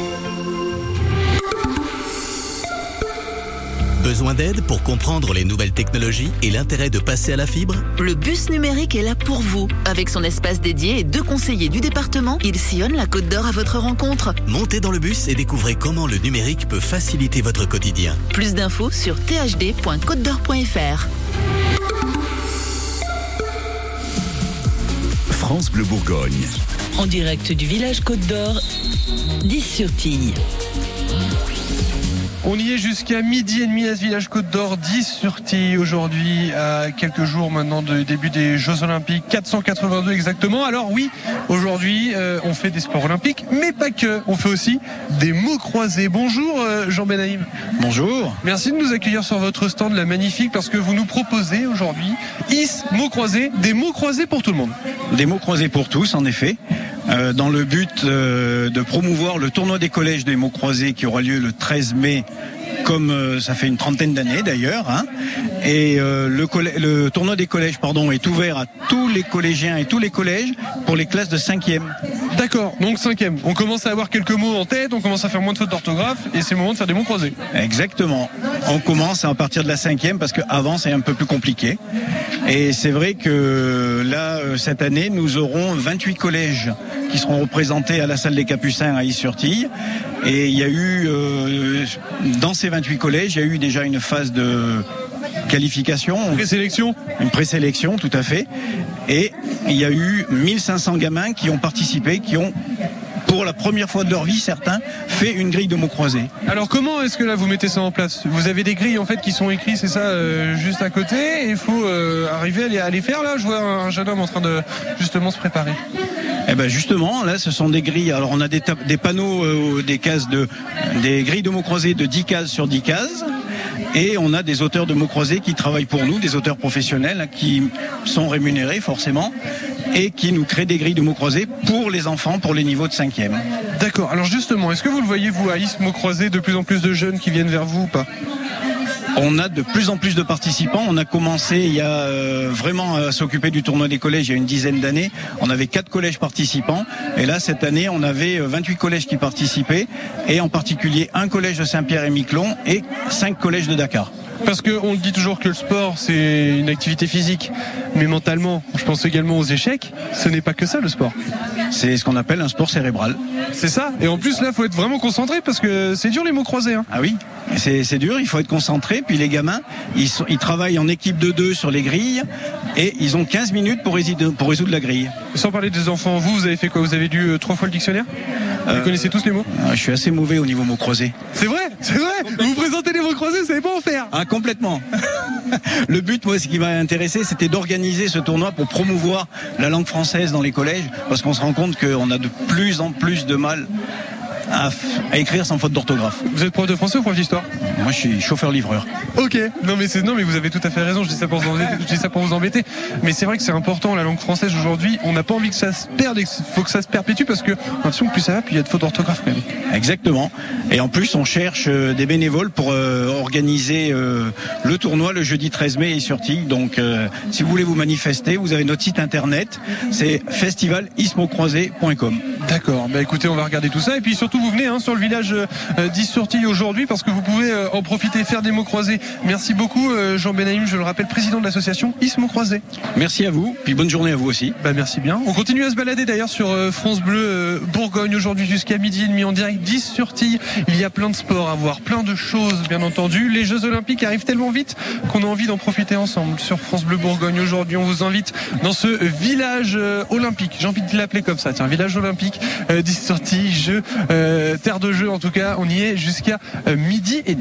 Besoin d'aide pour comprendre les nouvelles technologies et l'intérêt de passer à la fibre? Le bus numérique est là pour vous. Avec son espace dédié et 2 conseillers du département, il sillonne la Côte d'Or à votre rencontre. Montez dans le bus et découvrez comment le numérique peut faciliter votre quotidien. Plus d'infos sur thd.côtedor.fr. France Bleu Bourgogne. En direct du village Côte d'Or, 10-sur-Tille. On y est jusqu'à 12h30 à ce village Côte d'Or, 10-sur-Tille aujourd'hui, à quelques jours maintenant du début des Jeux Olympiques, 482 exactement. Alors oui, aujourd'hui on fait des sports olympiques, mais pas que, on fait aussi des mots croisés. Bonjour Jean Benaïm. Bonjour. Merci de nous accueillir sur votre stand, la magnifique, parce que vous nous proposez aujourd'hui mots croisés, des mots croisés pour tout le monde. Des mots croisés pour tous, en effet. Dans le but de promouvoir le tournoi des collèges des mots croisés qui aura lieu le 13 mai, comme ça fait une trentaine d'années d'ailleurs, hein. Et le tournoi des collèges est ouvert à tous les collégiens et tous les collèges pour les classes de 5e. D'accord, donc 5e. On commence à avoir quelques mots en tête, on commence à faire moins de fautes d'orthographe et c'est le moment de faire des mots croisés. Exactement. On commence à partir de la 5e parce qu'avant c'est un peu plus compliqué. Et c'est vrai que là, cette année, nous aurons 28 collèges qui seront représentés à la salle des Capucins à Is-sur-Tille. Et il y a eu, dans ces 28 collèges, il y a eu déjà une phase de qualification. Une présélection, tout à fait. Et il y a eu 1500 gamins qui ont participé, qui ont, pour la première fois de leur vie, certains, fait une grille de mots croisés. Alors comment est-ce que là vous mettez ça en place? Vous avez des grilles en fait qui sont écrites, c'est ça, juste à côté, et il faut arriver à les faire là. Je vois un jeune homme en train de justement se préparer. Eh ben justement, là, ce sont des grilles. Alors on a des panneaux, des grilles de mots croisés de 10 cases sur 10 cases. Et on a des auteurs de mots croisés qui travaillent pour nous, des auteurs professionnels qui sont rémunérés forcément et qui nous créent des grilles de mots croisés pour les enfants, pour les niveaux de 5e. D'accord. Alors justement, est-ce que vous le voyez, vous, à Is mots croisés, de plus en plus de jeunes qui viennent vers vous ou pas? On a de plus en plus de participants. On a commencé il y a vraiment à s'occuper du tournoi des collèges il y a une dizaine d'années. On avait 4 collèges participants. Et là, cette année, on avait 28 collèges qui participaient. Et en particulier, un collège de Saint-Pierre-et-Miquelon et 5 collèges de Dakar. Parce qu'on dit toujours que le sport, c'est une activité physique. Mais mentalement, je pense également aux échecs. Ce n'est pas que ça, le sport. C'est ce qu'on appelle un sport cérébral. C'est ça. Et en plus, là, il faut être vraiment concentré parce que c'est dur les mots croisés. Hein. Ah oui, c'est dur, il faut être concentré. Puis les gamins, ils travaillent en équipe de 2 sur les grilles et ils ont 15 minutes pour résoudre la grille. Sans parler des enfants, vous avez fait quoi? Vous avez lu 3 fois le dictionnaire? Vous connaissez tous les mots? Je suis assez mauvais au niveau mots croisés. C'est vrai? Vous présentez les mots croisés, vous savez pas en faire? Ah, complètement. Le but, moi, ce qui m'a intéressé, c'était d'organiser ce tournoi pour promouvoir la langue française dans les collèges, parce qu'on se rend compte qu'on a de plus en plus de mal à écrire sans faute d'orthographe. Vous êtes prof de français ou prof d'histoire? Moi, je suis chauffeur-livreur. Ok, non mais vous avez tout à fait raison, je dis ça pour vous embêter. Mais c'est vrai que c'est important, la langue française aujourd'hui, on n'a pas envie que ça se perde, il faut que ça se perpétue parce que attention, plus ça va, plus il y a de fautes d'orthographe quand même. Exactement. Et en plus, on cherche des bénévoles pour organiser le tournoi le jeudi 13 mai et sur Tille. Donc, si vous voulez vous manifester, vous avez notre site internet, c'est festival-ismocroisé.com. D'accord, bah écoutez, on va regarder tout ça et puis surtout vous venez sur le village d'Is-sur-Tille aujourd'hui parce que vous pouvez en profiter, faire des mots croisés. Merci beaucoup Jean Benaïm, je le rappelle, président de l'association Is mots croisés. Merci à vous, puis bonne journée à vous aussi. Bah merci bien. On continue à se balader d'ailleurs sur France Bleu Bourgogne aujourd'hui jusqu'à 12h30 en direct d'Is-sur-Tille. Il y a plein de sports à voir, plein de choses bien entendu. Les Jeux Olympiques arrivent tellement vite qu'on a envie d'en profiter ensemble sur France Bleu Bourgogne. Aujourd'hui, on vous invite dans ce village olympique. J'ai envie de l'appeler comme ça, tiens, village olympique d'Is-sur-Tille, terre de jeu en tout cas. On y est jusqu'à 12h30.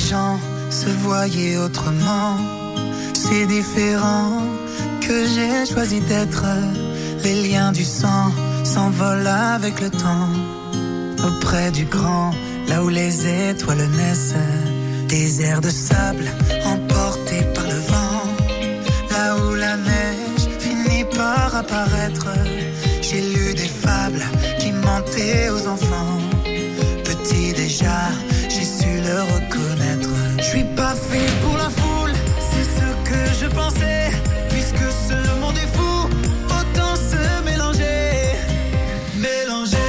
gens se voyaient autrement. C'est différent que j'ai choisi d'être. Les liens du sang s'envolent avec le temps. Auprès du grand, là où les étoiles naissent. Des airs de sable emportés par le vent. Là où la neige finit par apparaître. J'ai lu des fables qui mentaient aux enfants. Petit déjà, j'ai su le reconnaître. Je suis pas fait pour la foule, c'est ce que je pensais. Puisque ce monde est fou, autant se mélanger. Mélanger.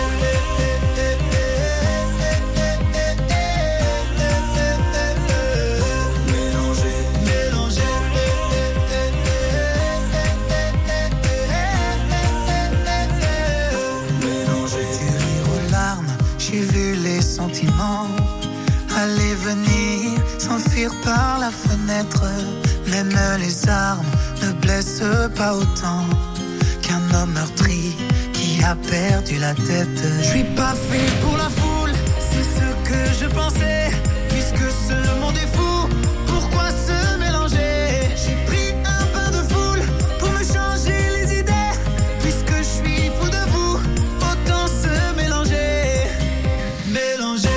J'ai vu les sentiments aller venir, s'enfuir par la fenêtre. Même les armes ne blessent pas autant qu'un homme meurtri qui a perdu la tête. Je suis pas fait pour la foule, c'est ce que je pensais. Puisque ce monde est fou, pourquoi se mélanger? J'ai pris un bain de foule pour me changer les idées. Puisque je suis fou de vous, autant se mélanger. Mélanger.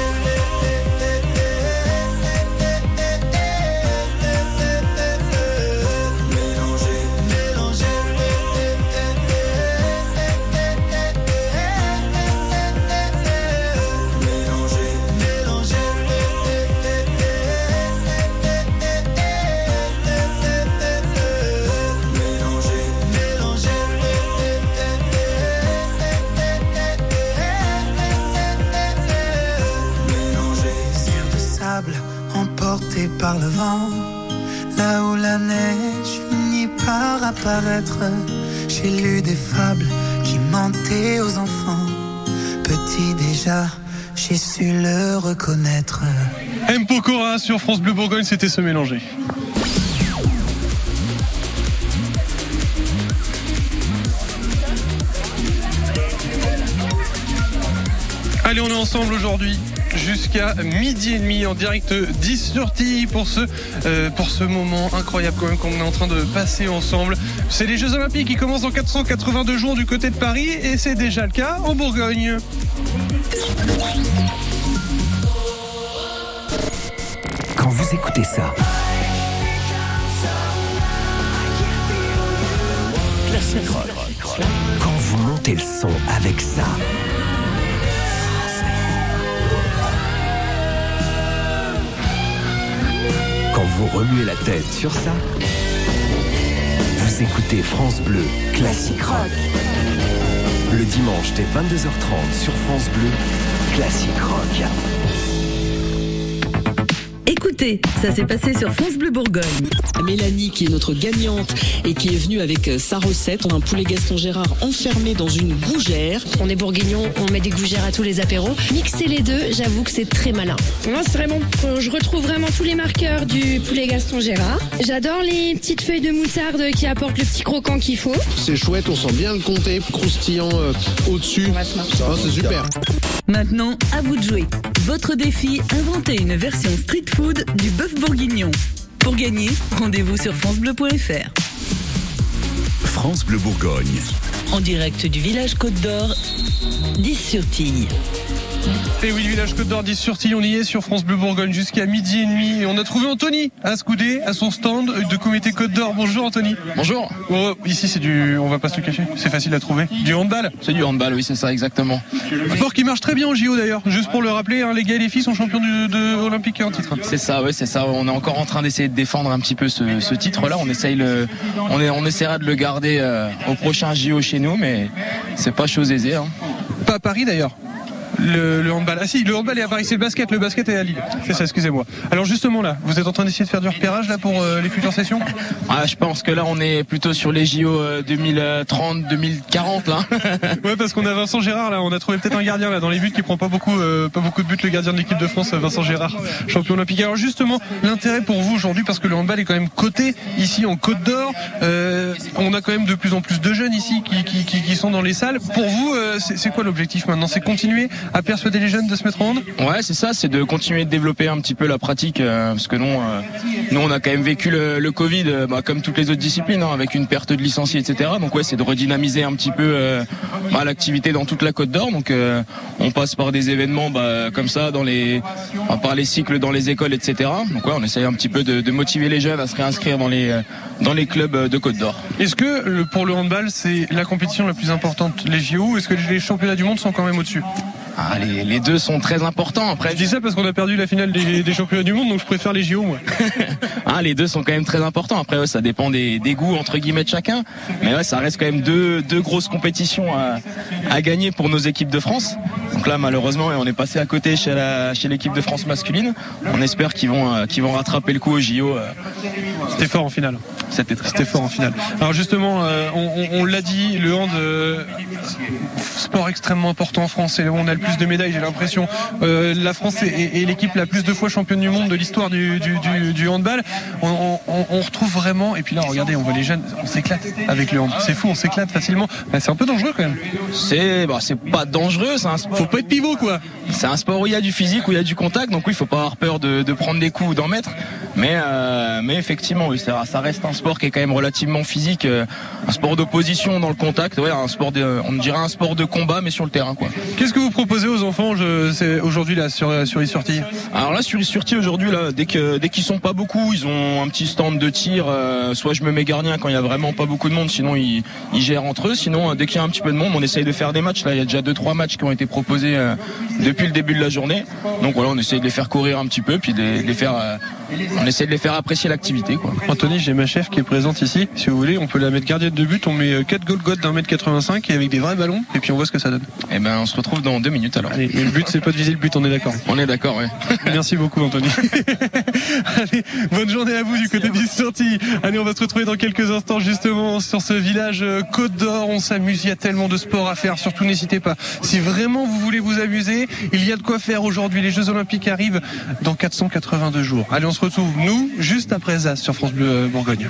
Emporté par le vent, là où la neige finit par apparaître. J'ai lu des fables qui mentaient aux enfants. Petit déjà, j'ai su le reconnaître. M. Pokora sur France Bleu Bourgogne, c'était Se Mélanger. Allez, on est ensemble aujourd'hui jusqu'à 12h30 en direct 10 sur TI pour ce moment incroyable quand même qu'on est en train de passer ensemble. C'est les Jeux Olympiques qui commencent dans 482 jours du côté de Paris et c'est déjà le cas en Bourgogne. Quand vous écoutez ça, Classic Rock. Quand vous montez le son avec ça, quand vous remuez la tête sur ça, vous écoutez France Bleu Classic Rock. Le dimanche dès 22h30 sur France Bleu, Classic Rock. Écoutez, ça s'est passé sur France Bleu Bourgogne. Mélanie, qui est notre gagnante et qui est venue avec sa recette. On a un poulet Gaston Gérard enfermé dans une gougère. On est bourguignons, on met des gougères à tous les apéros. Mixer les deux, j'avoue que c'est très malin. Moi, c'est vraiment, je retrouve vraiment tous les marqueurs du poulet Gaston Gérard. J'adore les petites feuilles de moutarde qui apportent le petit croquant qu'il faut. C'est chouette, on sent bien le comté croustillant au-dessus. C'est super. Maintenant, à vous de jouer. Votre défi, inventez une version street food du bœuf bourguignon. Pour gagner, rendez-vous sur francebleu.fr. France Bleu Bourgogne. En direct du village Côte d'Or, 10 sur Tille. Et oui, le village Côte d'Or 10 sur Tille, on y est sur France Bleu Bourgogne jusqu'à 12h30. Et on a trouvé Anthony à Scoudé, à son stand de comité Côte d'Or. Bonjour Anthony. Bonjour. Oh, ici c'est on va pas se le cacher, c'est facile à trouver. Du handball. C'est du handball, oui, c'est ça exactement. Sport qui marche très bien au JO d'ailleurs. Juste pour le rappeler, hein, les gars et les filles sont champions olympiques et en titre. C'est ça, oui, c'est ça. On est encore en train d'essayer de défendre un petit peu ce titre-là. On essaiera de le garder au prochain JO chez nous, mais c'est pas chose aisée. Hein. Pas à Paris d'ailleurs. Le handball. Ah si, le handball est à Paris, c'est le basket est à Lille. C'est ça, excusez-moi. Alors justement là, vous êtes en train d'essayer de faire du repérage là pour les futures sessions ? Je pense que là on est plutôt sur les JO 2030, 2040 là. Ouais, parce qu'on a Vincent Gérard là, on a trouvé peut-être un gardien là dans les buts qui prend pas beaucoup de buts, le gardien de l'équipe de France, Vincent Gérard, champion olympique. Alors justement, l'intérêt pour vous aujourd'hui, parce que le handball est quand même coté ici en Côte d'Or, on a quand même de plus en plus de jeunes ici qui sont dans les salles. Pour vous, c'est quoi l'objectif maintenant ? C'est continuer à persuader les jeunes de se mettre en hand? Ouais, c'est ça, c'est de continuer de développer un petit peu la pratique, parce que nous on a quand même vécu le Covid, comme toutes les autres disciplines, avec une perte de licenciés, etc. Donc ouais, c'est de redynamiser un petit peu l'activité dans toute la Côte d'Or. Donc on passe par des événements comme ça, par les cycles dans les écoles, etc. Donc ouais, on essaye un petit peu de motiver les jeunes à se réinscrire dans les clubs de Côte d'Or. Est-ce que pour le handball, c'est la compétition la plus importante, les JO, ou est-ce que les championnats du monde sont quand même au-dessus? Les deux sont très importants. Après, je dis ça parce qu'on a perdu la finale des championnats du monde, donc je préfère les JO, moi. Les deux sont quand même très importants. Après, ouais, ça dépend des goûts entre guillemets de chacun. Mais ouais, ça reste quand même deux grosses compétitions à gagner pour nos équipes de France. Donc là, malheureusement, on est passé à côté chez l'équipe de France masculine. On espère qu'ils vont rattraper le coup au JO. C'était fort en finale. C'était fort en finale. Alors justement, on l'a dit, le hand, sport extrêmement important en France. Et on a le plus de médailles, j'ai l'impression. La France est l'équipe la plus de fois championne du monde de l'histoire du handball. On retrouve vraiment, et puis là, regardez, on voit les jeunes, on s'éclate avec le hand. C'est fou, on s'éclate facilement. C'est un peu dangereux quand même. C'est pas dangereux, faut pas être pivot, quoi. C'est un sport où il y a du physique, où il y a du contact, donc oui, il faut pas avoir peur de prendre des coups ou d'en mettre. Mais effectivement, oui, ça reste un sport qui est quand même relativement physique, un sport d'opposition dans le contact, ouais, on dirait un sport de combat, mais sur le terrain, quoi. Qu'est-ce que vous proposez aux enfants aujourd'hui là sur Is-sur-Tille? Alors là, sur Is-sur-Tille aujourd'hui, là, dès qu'ils sont pas beaucoup, ils ont un petit stand de tir. Soit je me mets gardien quand il y a vraiment pas beaucoup de monde, sinon ils gèrent entre eux. Sinon, dès qu'il y a un petit peu de monde, on essaye de faire des matchs. Là, il y a déjà 2-3 matchs qui ont été proposés depuis le début de la journée. Donc voilà, on essaye de les faire courir un petit peu, puis on essaie de les faire apprécier l'activité, quoi. Anthony, j'ai ma chef qui est présente ici. Si vous voulez, on peut la mettre gardienne de but. On met 4 Golgoth d'1m85 et avec des vrais ballons, et puis on voit ce que ça donne. Et on se retrouve dans 2 minutes alors. Allez, mais le but, c'est pas de viser le but, on est d'accord. On est d'accord, ouais. Merci beaucoup, Anthony. Allez, bonne journée à vous du côté d'Is-sur-Tille. Allez, on va se retrouver dans quelques instants justement sur ce village Côte d'Or. On s'amuse, il y a tellement de sports à faire. Surtout, n'hésitez pas. Si vraiment vous voulez vous amuser, il y a de quoi faire aujourd'hui. Les Jeux Olympiques arrivent dans 482 jours. Allez, on se retrouve, nous, juste après Zaz sur France Bleu Bourgogne.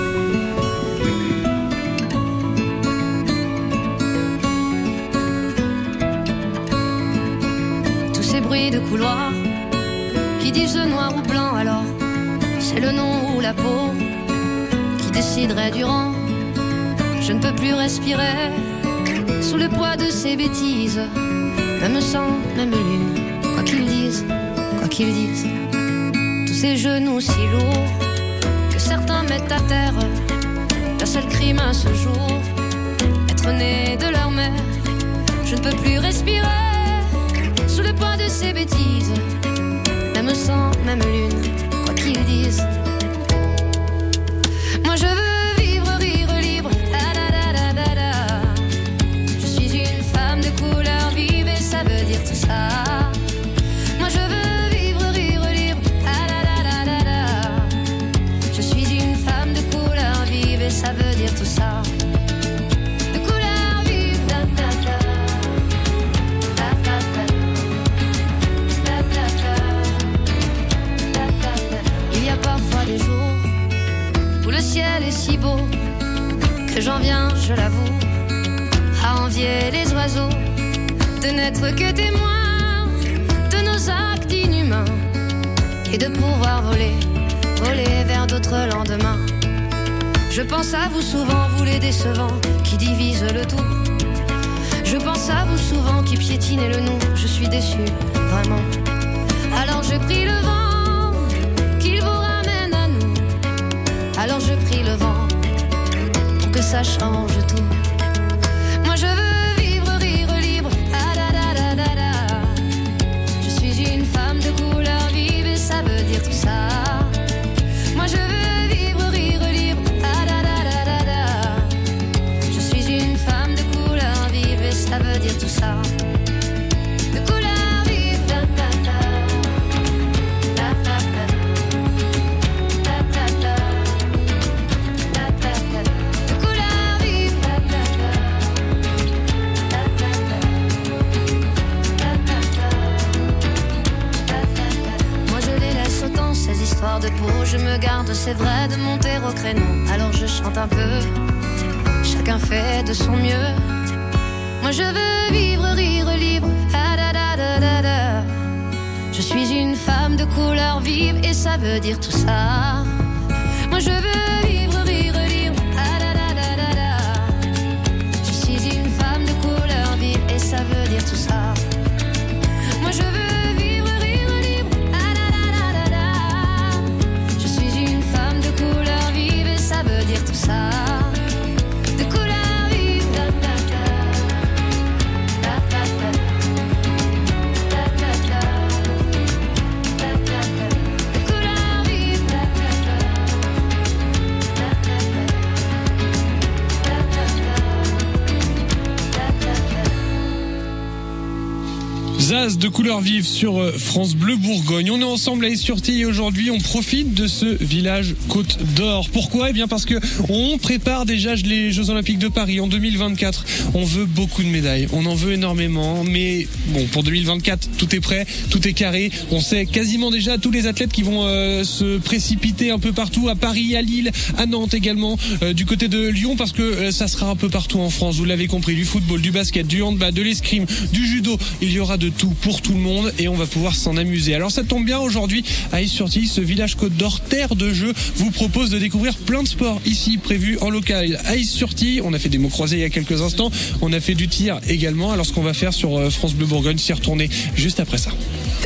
Tous ces bruits de couloir qui disent noir ou blanc, alors c'est le nom ou la peau qui déciderait du rang. Je ne peux plus respirer sous le poids de ces bêtises. Même sang, même lune, quoi qu'ils disent, quoi qu'ils disent. Tous ces genoux si lourds que certains mettent à terre. Leur seul crime à ce jour, être né de leur mère. Je ne peux plus respirer sous le poids de ces bêtises. Même sang, même lune, quoi qu'ils disent. Moi je veux vivre, rire libre. Da, da, da, da, da, da. Je suis une femme de couleur vive et ça veut dire tout ça. Moi je veux vivre, rire libre. Da, da, da, da, da, da. Je suis une femme de couleur vive et ça veut dire tout ça. De couleur vive. Da, da, da. Da, da, da. Da, da, da. Da, da, da. Il y a parfois des jours où le ciel est si beau que j'en viens, je l'avoue, à envier les oiseaux de n'être que témoins de nos actes inhumains et de pouvoir voler vers d'autres lendemains. Je pense à vous souvent, vous les décevants qui divisent le tout. Je pense à vous souvent qui piétinez le nous. Je suis déçu, vraiment. Alors je prie le vent qu'il vous ramène à nous. Alors je prie le vent pour que ça change tout. Moi je veux vivre, rire libre. Ah, da, da, da, da, da. Je suis une femme de couleur vive et ça veut dire tout ça. Moi je veux vivre, rire libre. Ah, da, da, da, da, da. Je suis une femme de couleur vive et ça veut dire tout ça. De couleur vive. Da, da, da. Da, da, da. Da, da, da. Da, da, da. De couleur vive. Da, da, da. Da, da, da. Da, da, da. Da, da, da. Moi je les laisse autant ces histoires de peau. Je me garde, c'est vrai, de monter au créneau. Alors je chante un peu. Chacun fait de son mieux. Moi je veux vivre, rire libre. Ah, da, da, da. une femme de couleur vive et ça veut dire tout ça. Moi je veux vivre, rire, libre. Ah da da da da da. Je suis une femme de couleur vive et ça veut dire tout ça. Moi je veux vivre, rire, libre. Ah da da da da da. Je suis une femme de couleur vive et ça veut dire tout ça. De couleur vive. Da da da. Da da da. Da da da. Da da da. De couleur vive. Da da da. Da da da. Da da da. Da da da. Zaz de couleur vive sur France Bleu Bourgogne. On est ensemble à Is-sur-Tille et aujourd'hui on profite de ce village Côte d'Or. Pourquoi ? Eh bien parce que on prépare déjà les Jeux Olympiques de Paris en 2024. On veut beaucoup de médailles, on en veut énormément, mais bon, pour 2024 tout est prêt, tout est carré. On sait quasiment déjà tous les athlètes qui vont se précipiter un peu partout, à Paris, à Lille, à Nantes également, du côté de Lyon, parce que ça sera un peu partout en France. Vous l'avez compris, du football, du basket, du handball, de l'escrime, du judo. Il y aura de tout pour tout le monde et on va pouvoir s'en amuser. Alors ça tombe bien, aujourd'hui à Is-sur-Tille, ce village Côte d'Or, terre de jeu, vous propose de découvrir plein de sports ici prévus en local à Is-sur-Tille. On a fait des mots croisés il y a quelques instants, on a fait du tir également. Alors ce qu'on va faire sur France Bleu Bourgogne, c'est retourner juste après ça.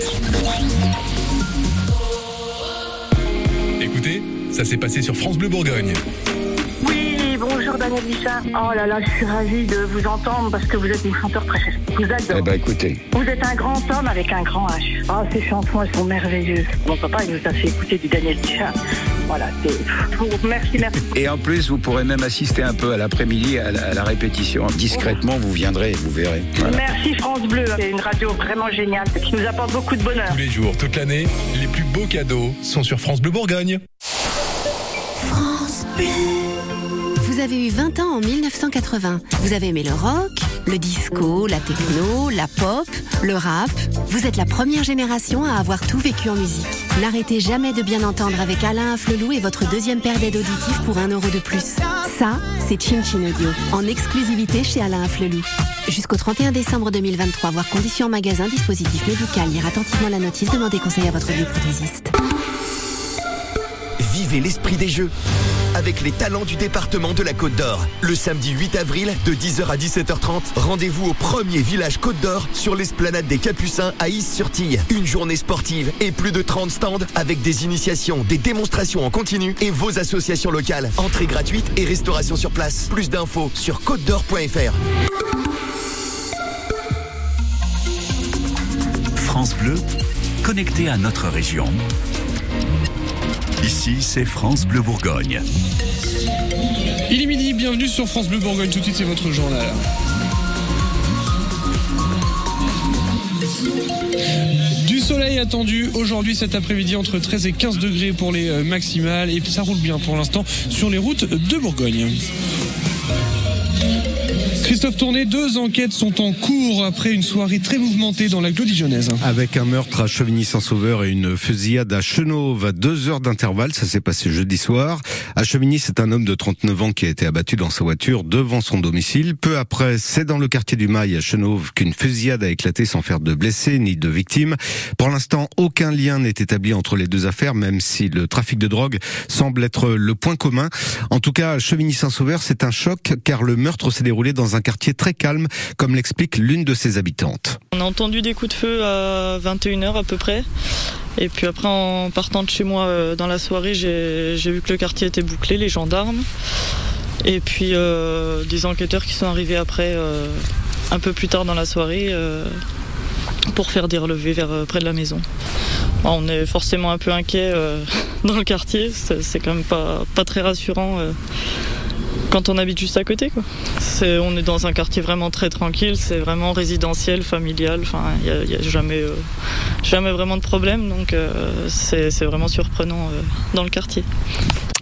Écoutez, ça s'est passé sur France Bleu Bourgogne. Bonjour Daniel Bichard. Oh là là, je suis ravie de vous entendre parce que vous êtes une chanteuse précieuse. Je vous adore. Eh ben écoutez. Vous êtes un grand homme avec un grand H. Oh, ces chansons, elles sont merveilleuses. Mon papa, il nous a fait écouter du Daniel Bichard. Voilà, merci. Et en plus, vous pourrez même assister un peu à l'après-midi à la répétition. Discrètement, vous viendrez, vous verrez. Voilà. Merci France Bleu. C'est une radio vraiment géniale qui nous apporte beaucoup de bonheur. Tous les jours, toute l'année, les plus beaux cadeaux sont sur France Bleu Bourgogne. France Bleu. Vous avez eu 20 ans en 1980. Vous avez aimé le rock, le disco, la techno, la pop, le rap. Vous êtes la première génération à avoir tout vécu en musique. N'arrêtez jamais de bien entendre avec Alain Afflelou et votre deuxième paire d'aides auditives pour 1 € de plus. Ça, c'est Chin Chin Audio, en exclusivité chez Alain Afflelou. Jusqu'au 31 décembre 2023, voir conditions en magasin, dispositif médical, lire attentivement la notice, demandez conseil à votre bioprothésiste. Vivez l'esprit des Jeux avec les talents du département de la Côte d'Or. Le samedi 8 avril, de 10h à 17h30, rendez-vous au premier village Côte d'Or sur l'esplanade des Capucins à Is-sur-Tille. Une journée sportive et plus de 30 stands avec des initiations, des démonstrations en continu et vos associations locales. Entrée gratuite et restauration sur place. Plus d'infos sur côtedor.fr. France Bleu, connecté à notre région. Ici, c'est France Bleu Bourgogne. Il est midi, bienvenue sur France Bleu Bourgogne. Tout de suite, c'est votre journal. Du soleil attendu aujourd'hui cet après-midi entre 13 et 15 degrés pour les maximales. Et puis ça roule bien pour l'instant sur les routes de Bourgogne. Christophe Tourné, 2 enquêtes sont en cours après une soirée très mouvementée dans l'agglo dijonnaise. Avec un meurtre à Chevigny-Saint-Sauveur et une fusillade à Chenauve à 2 heures d'intervalle. Ça s'est passé jeudi soir. À Chevigny, c'est un homme de 39 ans qui a été abattu dans sa voiture devant son domicile. Peu après, c'est dans le quartier du Mail à Chenauve qu'une fusillade a éclaté sans faire de blessés ni de victimes. Pour l'instant, aucun lien n'est établi entre les deux affaires, même si le trafic de drogue semble être le point commun. En tout cas, à Chevigny-Saint-Sauveur, c'est un choc car le meurtre s'est déroulé dans un quartier très calme, comme l'explique l'une de ses habitantes. On a entendu des coups de feu à 21h à peu près. Et puis après, en partant de chez moi dans la soirée, j'ai vu que le quartier était bouclé, les gendarmes. Et puis des enquêteurs qui sont arrivés après, un peu plus tard dans la soirée, pour faire des relevés près de la maison. Bon, on est forcément un peu inquiet dans le quartier, c'est quand même pas très rassurant. Quand on habite juste à côté, quoi. On est dans un quartier vraiment très tranquille, c'est vraiment résidentiel, familial, enfin, il n'y a jamais vraiment de problème, donc c'est vraiment surprenant dans le quartier.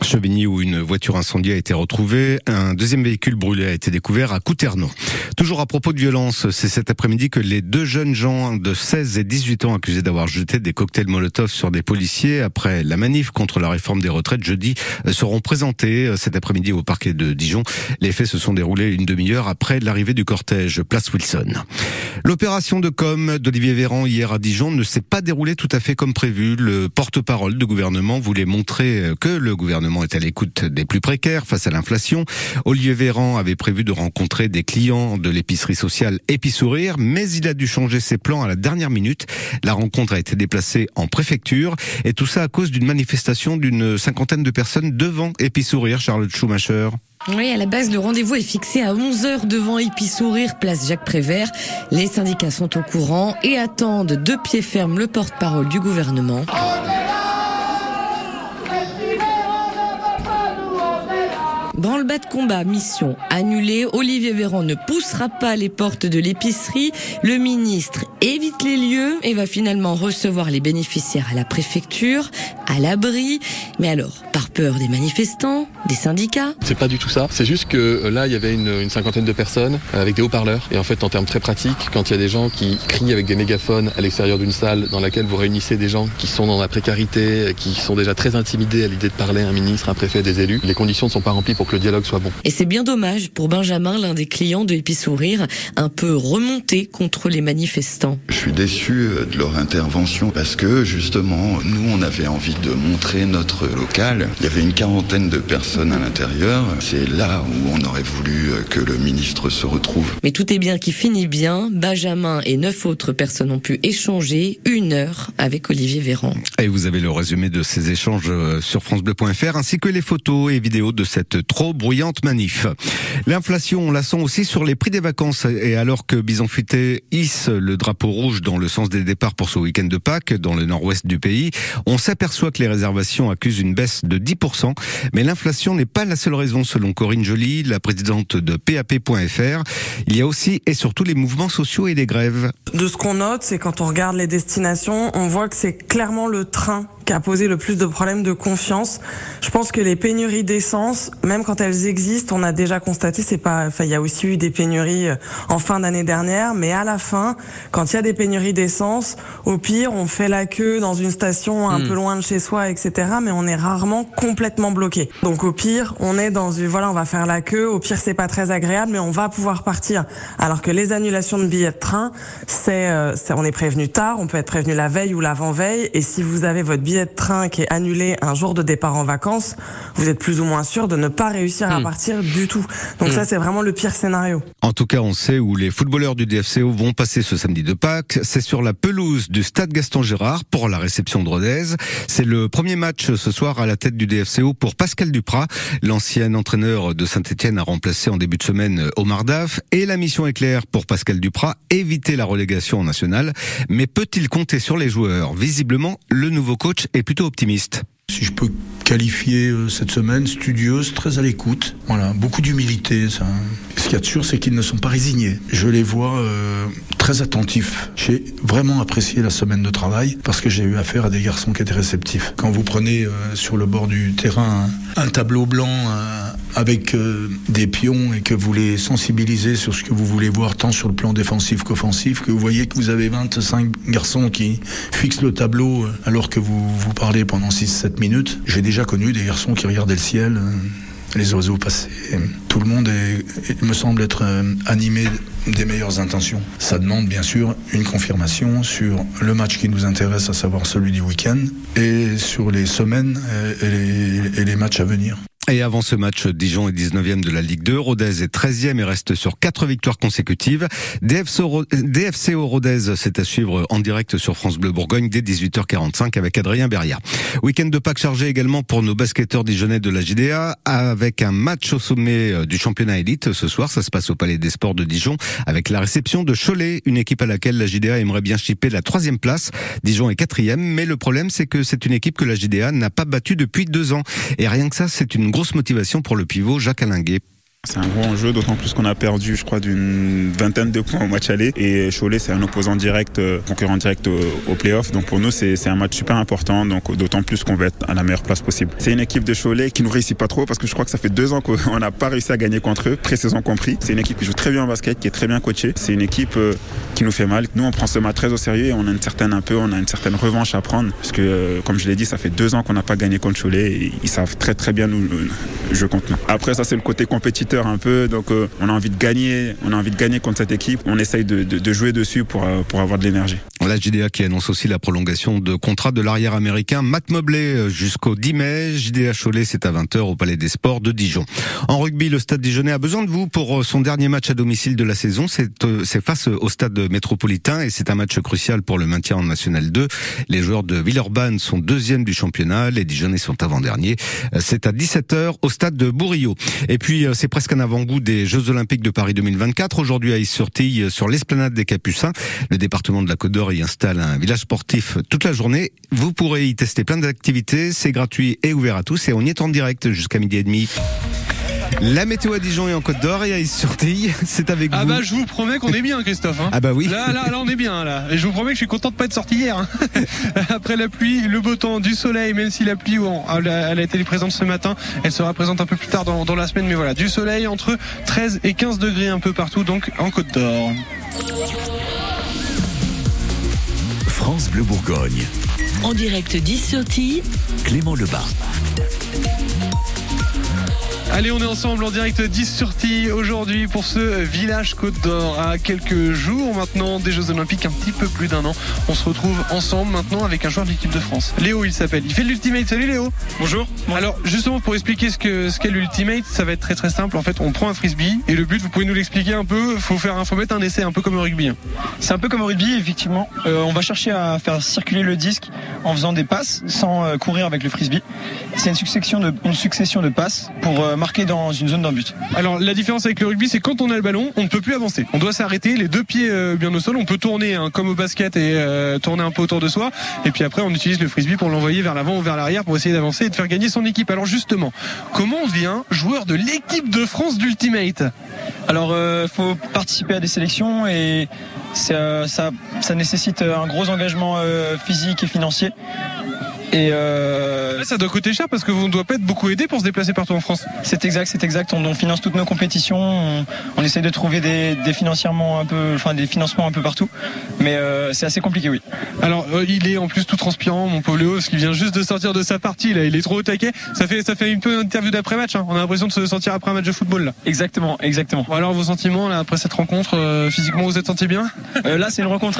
Chevigny où une voiture incendiée a été retrouvée. Un deuxième véhicule brûlé a été découvert à Couterneau. Toujours à propos de violence, c'est cet après-midi que les deux jeunes gens de 16 et 18 ans accusés d'avoir jeté des cocktails Molotov sur des policiers après la manif contre la réforme des retraites jeudi seront présentés cet après-midi au parquet de Dijon. Les faits se sont déroulés une demi-heure après l'arrivée du cortège place Wilson. L'opération de com d'Olivier Véran hier à Dijon ne s'est pas déroulée tout à fait comme prévu. Le porte-parole du gouvernement voulait montrer que le gouvernement est à l'écoute des plus précaires face à l'inflation. Olivier Véran avait prévu de rencontrer des clients de l'épicerie sociale Épisourire, mais il a dû changer ses plans à la dernière minute. La rencontre a été déplacée en préfecture et tout ça à cause d'une manifestation d'une cinquantaine de personnes devant Épisourire. Charlotte Schumacher. Oui, à la base, le rendez-vous est fixé à 11h devant Épisourire, place Jacques Prévert. Les syndicats sont au courant et attendent de pied ferme le porte-parole du gouvernement. Branle-bas de combat, mission annulée. Olivier Véran ne poussera pas les portes de l'épicerie. Le ministre évite les lieux et va finalement recevoir les bénéficiaires à la préfecture, à l'abri. Mais alors, par peur des manifestants, des syndicats? C'est pas du tout ça. C'est juste que là, il y avait une cinquantaine de personnes avec des haut-parleurs. Et en fait, en termes très pratiques, quand il y a des gens qui crient avec des mégaphones à l'extérieur d'une salle dans laquelle vous réunissez des gens qui sont dans la précarité, qui sont déjà très intimidés à l'idée de parler à un ministre, un préfet, des élus, les conditions ne sont pas remplies pour que le dialogue soit bon. Et c'est bien dommage pour Benjamin, l'un des clients de Épisourire, un peu remonté contre les manifestants. Je suis déçu de leur intervention parce que justement, nous on avait envie de montrer notre local. Il y avait une quarantaine de personnes à l'intérieur. C'est là où on aurait voulu que le ministre se retrouve. Mais tout est bien qui finit bien. Benjamin et 9 autres personnes ont pu échanger 1 heure avec Olivier Véran. Et vous avez le résumé de ces échanges sur francebleu.fr ainsi que les photos et vidéos de cette trop bruyante manif. L'inflation, on la sent aussi sur les prix des vacances. Et alors que Bison Futé hisse le drapeau rouge dans le sens des départs pour ce week-end de Pâques dans le nord-ouest du pays, on s'aperçoit que les réservations accusent une baisse de 10%. Mais l'inflation n'est pas la seule raison selon Corinne Joly, la présidente de PAP.fr. Il y a aussi et surtout les mouvements sociaux et les grèves. De ce qu'on note, c'est quand on regarde les destinations, on voit que c'est clairement le train qui a posé le plus de problèmes de confiance. Je pense que les pénuries d'essence, même quand elles existent, on a déjà constaté, il y a aussi eu des pénuries en fin d'année dernière, mais à la fin, quand il y a des pénuries d'essence, au pire, on fait la queue dans une station un peu loin de chez soi, etc., mais on est rarement complètement bloqué. Donc au pire, on est on va faire la queue, au pire, c'est pas très agréable, mais on va pouvoir partir. Alors que les annulations de billets de train, on est prévenu tard, on peut être prévenu la veille ou l'avant-veille, et si vous avez votre billet de train qui est annulé un jour de départ en vacances, vous êtes plus ou moins sûr de ne pas réussir à partir du tout. Donc ça, c'est vraiment le pire scénario. En tout cas, on sait où les footballeurs du DFCO vont passer ce samedi de Pâques. C'est sur la pelouse du stade Gaston Gérard pour la réception de Rodez. C'est le premier match ce soir à la tête du DFCO pour Pascal Duprat. L'ancien entraîneur de Saint-Etienne a remplacé en début de semaine Omar Daf. Et la mission est claire pour Pascal Duprat, éviter la relégation en nationale. Mais peut-il compter sur les joueurs? Visiblement, le nouveau coach est plutôt optimiste. Si je peux qualifier cette semaine, studieuse, très à l'écoute. Voilà, beaucoup d'humilité. Ça. Ce qu'il y a de sûr, c'est qu'ils ne sont pas résignés. Je les vois très attentifs. J'ai vraiment apprécié la semaine de travail parce que j'ai eu affaire à des garçons qui étaient réceptifs. Quand vous prenez sur le bord du terrain un tableau blanc avec des pions et que vous les sensibilisez sur ce que vous voulez voir tant sur le plan défensif qu'offensif, que vous voyez que vous avez 25 garçons qui fixent le tableau alors que vous parlez pendant 6-7 minutes. J'ai déjà connu des garçons qui regardaient le ciel, les oiseaux passer. Tout le monde me semble être animé des meilleures intentions. Ça demande bien sûr une confirmation sur le match qui nous intéresse, à savoir celui du week-end, et sur les semaines et les matchs à venir. Et avant ce match, Dijon est 19e de la Ligue 2, Rodez est 13e et reste sur 4 victoires consécutives. DFCO Rodez, c'est à suivre en direct sur France Bleu Bourgogne dès 18h45 avec Adrien Beria. Week-end de Pâques chargé également pour nos basketteurs dijonnais de la JDA avec un match au sommet du championnat élite ce soir. Ça se passe au Palais des Sports de Dijon avec la réception de Cholet, une équipe à laquelle la JDA aimerait bien chipper la 3e place. Dijon est 4e, mais le problème c'est que c'est une équipe que la JDA n'a pas battue depuis 2 ans. Et rien que ça, c'est une grosse motivation pour le pivot Jacques Alinguet. C'est un gros enjeu, d'autant plus qu'on a perdu, je crois, d'une vingtaine de points au match aller. Et Cholet, c'est un opposant direct, concurrent direct au play-off. Donc pour nous, c'est un match super important. Donc d'autant plus qu'on va être à la meilleure place possible. C'est une équipe de Cholet qui nous réussit pas trop parce que je crois que ça fait 2 ans qu'on n'a pas réussi à gagner contre eux, pré-saison compris. C'est une équipe qui joue très bien au basket, qui est très bien coachée. C'est une équipe qui nous fait mal. Nous, on prend ce match très au sérieux et on a une certaine revanche à prendre. Parce que, comme je l'ai dit, ça fait 2 ans qu'on n'a pas gagné contre Cholet et ils savent très très bien nous jouer contre nous. Après, ça c'est le côté compétiteur un peu. Donc on a envie de gagner contre cette équipe. On essaye de jouer dessus pour avoir de l'énergie. La JDA qui annonce aussi la prolongation de contrat de l'arrière américain Matt Mobley jusqu'au 10 mai. JDA Cholet, c'est à 20h au Palais des Sports de Dijon. En rugby, le Stade Dijonnais a besoin de vous pour son dernier match à domicile de la saison. C'est face au Stade métropolitain et c'est un match crucial pour le maintien en National 2. Les joueurs de Villeurbanne sont 2e du championnat. Les Dijonnais sont avant-derniers. C'est à 17h au Stade de Bourillot. Et puis, c'est presque un avant-goût des Jeux Olympiques de Paris 2024. Aujourd'hui à Is-sur-Tille, sur l'esplanade des Capucins. Le département de la Côte-d'Or y installe un village sportif toute la journée. Vous pourrez y tester plein d'activités. C'est gratuit et ouvert à tous et on y est en direct jusqu'à 12h30. La météo à Dijon et en Côte d'Or et à Is-sur-Tille, c'est avec vous. Ah bah je vous promets qu'on est bien, Christophe. Hein. Ah bah oui. Là on est bien là. Et je vous promets que je suis content de pas être sorti hier. Hein. Après la pluie, le beau temps, du soleil, même si la pluie elle a été présente ce matin, elle sera présente un peu plus tard dans la semaine. Mais voilà, du soleil entre 13 et 15 degrés un peu partout, donc en Côte d'Or. France Bleu Bourgogne. En direct d'Is-sur-Tille, Clément Lebas. Allez, on est ensemble en direct d'Is-sur-Tille aujourd'hui pour ce village Côte d'Or. À quelques jours maintenant des Jeux Olympiques, un petit peu plus d'1 an. On se retrouve ensemble maintenant avec un joueur de l'équipe de France. Léo, il s'appelle. Il fait l'Ultimate. Salut Léo. Bonjour. Alors justement pour expliquer ce qu'est l'Ultimate, ça va être très très simple. En fait, on prend un frisbee et le but, vous pouvez nous l'expliquer un peu. Faut mettre un essai un peu comme au rugby. C'est un peu comme au rugby, effectivement. On va chercher à faire circuler le disque en faisant des passes sans courir avec le frisbee. C'est une succession de passes pour marquer dans une zone d'un but. Alors la différence avec le rugby, c'est quand on a le ballon, on ne peut plus avancer. On doit s'arrêter, les 2 pieds bien au sol. On peut tourner comme au basket et tourner un peu autour de soi. Et puis après, on utilise le frisbee pour l'envoyer vers l'avant ou vers l'arrière pour essayer d'avancer et de faire gagner son équipe. Alors justement, comment on devient joueur de l'équipe de France d'Ultimate ? Alors, faut participer à des sélections et ça nécessite un gros engagement physique et financier. Et ça doit coûter cher parce que vous ne doit pas être beaucoup aidé pour se déplacer partout en France. C'est exact. On finance toutes nos compétitions. On essaie de trouver des financements un peu partout. Mais c'est assez compliqué, oui. Alors il est en plus tout transpirant, mon pauvre Léo, parce qu'il vient juste de sortir de sa partie là. Il est trop au taquet. Ça fait un peu une interview d'après-match. Hein. On a l'impression de se sentir après un match de football là. Exactement. Bon, alors vos sentiments là après cette rencontre, physiquement vous êtes senti bien ? Là c'est une rencontre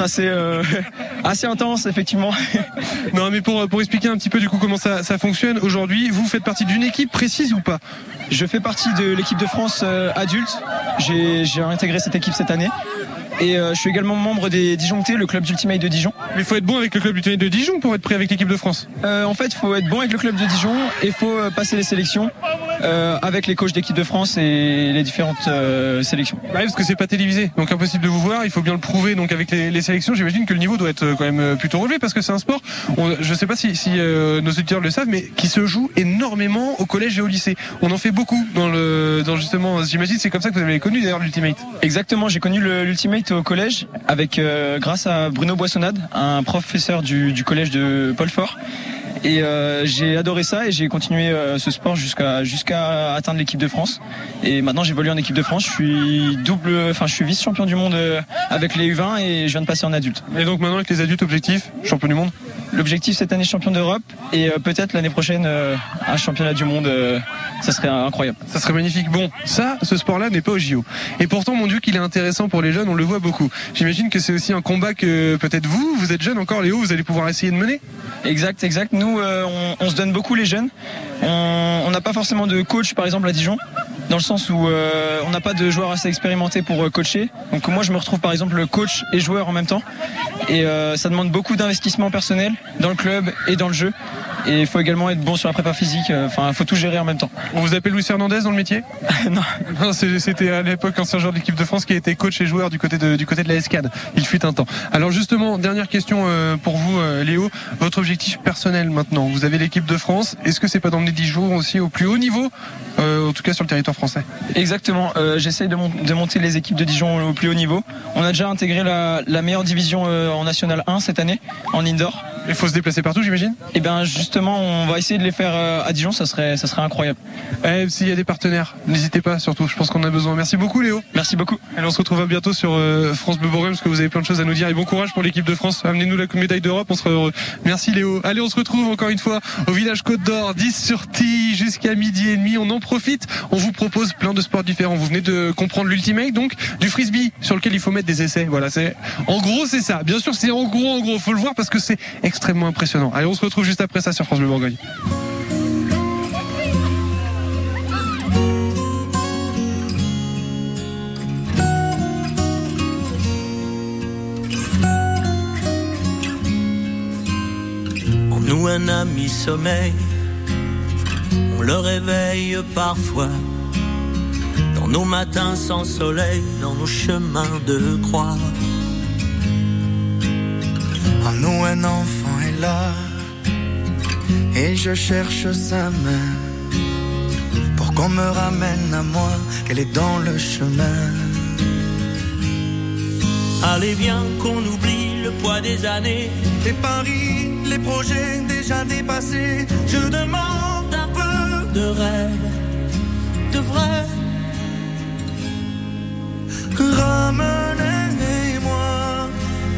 assez intense effectivement. Non mais pour expliquer un petit peu du coup comment ça fonctionne aujourd'hui, vous faites partie d'une équipe précise ou pas ? Je fais partie de l'équipe de France adulte. J'ai intégré cette équipe cette année. Et je suis également membre des Dijontais, le club d'Ultimate de Dijon. Mais il faut être bon avec le club d'Ultimate de Dijon pour être prêt avec l'équipe de France. En fait, il faut être bon avec le club de Dijon et il faut passer les sélections avec les coachs d'équipe de France et les différentes sélections. Bah, parce que c'est pas télévisé, donc impossible de vous voir. Il faut bien le prouver. Donc avec les sélections, j'imagine que le niveau doit être quand même plutôt relevé parce que c'est un sport. Je sais pas si nos auditeurs le savent, mais qui se joue énormément au collège et au lycée. On en fait beaucoup dans justement. J'imagine c'est comme ça que vous avez connu d'ailleurs l'Ultimate. Exactement, j'ai connu l'Ultimate au collège avec grâce à Bruno Boissonnade, un professeur du collège de Paul Fort. Et j'ai adoré ça et j'ai continué ce sport jusqu'à atteindre l'équipe de France. Et maintenant j'évolue en équipe de France. Je suis vice-champion du monde avec les U20 et je viens de passer en adulte. Et donc maintenant avec les adultes, objectif champion du monde ? L'objectif cette année champion d'Europe et peut-être l'année prochaine un championnat du monde. Ça serait incroyable. Ça serait magnifique. Bon, ce sport-là n'est pas au JO. Et pourtant, mon Dieu, qu'il est intéressant pour les jeunes, on le voit beaucoup. J'imagine que c'est aussi un combat que peut-être vous êtes jeune encore, Léo, vous allez pouvoir essayer de mener. Exact. Nous, on se donne beaucoup les jeunes. On n'a pas forcément de coach, par exemple, à Dijon. Dans le sens où on n'a pas de joueurs assez expérimentés pour coacher. Donc moi je me retrouve par exemple coach et joueur en même temps. Et ça demande beaucoup d'investissement personnel dans le club et dans le jeu. Et il faut également être bon sur la prépa physique. Enfin, il faut tout gérer en même temps. On vous appelle Luis Hernandez dans le métier? Non. C'était à l'époque ancien joueur de l'équipe de France qui a été coach et joueur du côté de la Escade. Il fut un temps. Alors justement, dernière question pour vous, Léo. Votre objectif personnel maintenant, vous avez l'équipe de France. Est-ce que c'est pas d'emmener Dijon aussi au plus haut niveau, en tout cas sur le territoire français? Exactement. J'essaye de monter les équipes de Dijon au plus haut niveau. On a déjà intégré la meilleure division en National 1 cette année, en indoor. Il faut se déplacer partout, j'imagine? Eh bien justement, on va essayer de les faire à Dijon, ça serait incroyable. S'il y a des partenaires, n'hésitez pas surtout, je pense qu'on a besoin. Merci beaucoup Léo. Merci beaucoup. Allez, on se retrouve bientôt sur France Bleu Bourgogne parce que vous avez plein de choses à nous dire et bon courage pour l'équipe de France. Amenez-nous la médaille d'Europe, on sera heureux. Merci Léo. Allez, on se retrouve encore une fois au village Côte d'Or, 10 sur Tille jusqu'à 12h30. On en profite, on vous propose plein de sports différents. Vous venez de comprendre l'ultimate, donc du frisbee sur lequel il faut mettre des essais. Voilà, en gros c'est ça. Bien sûr c'est en gros, faut le voir parce que c'est extrêmement impressionnant. Allez, on se retrouve juste après ça sur France Bleu Bourgogne. En nous un ami sommeil, on le réveille parfois. Dans nos matins sans soleil, dans nos chemins de croix. En nous un enfant est là, et je cherche sa main, pour qu'on me ramène à moi, qu'elle est dans le chemin. Allez viens qu'on oublie le poids des années, les paris, les projets déjà dépassés. Je demande un peu de rêve, de vrai. Ramenez-moi,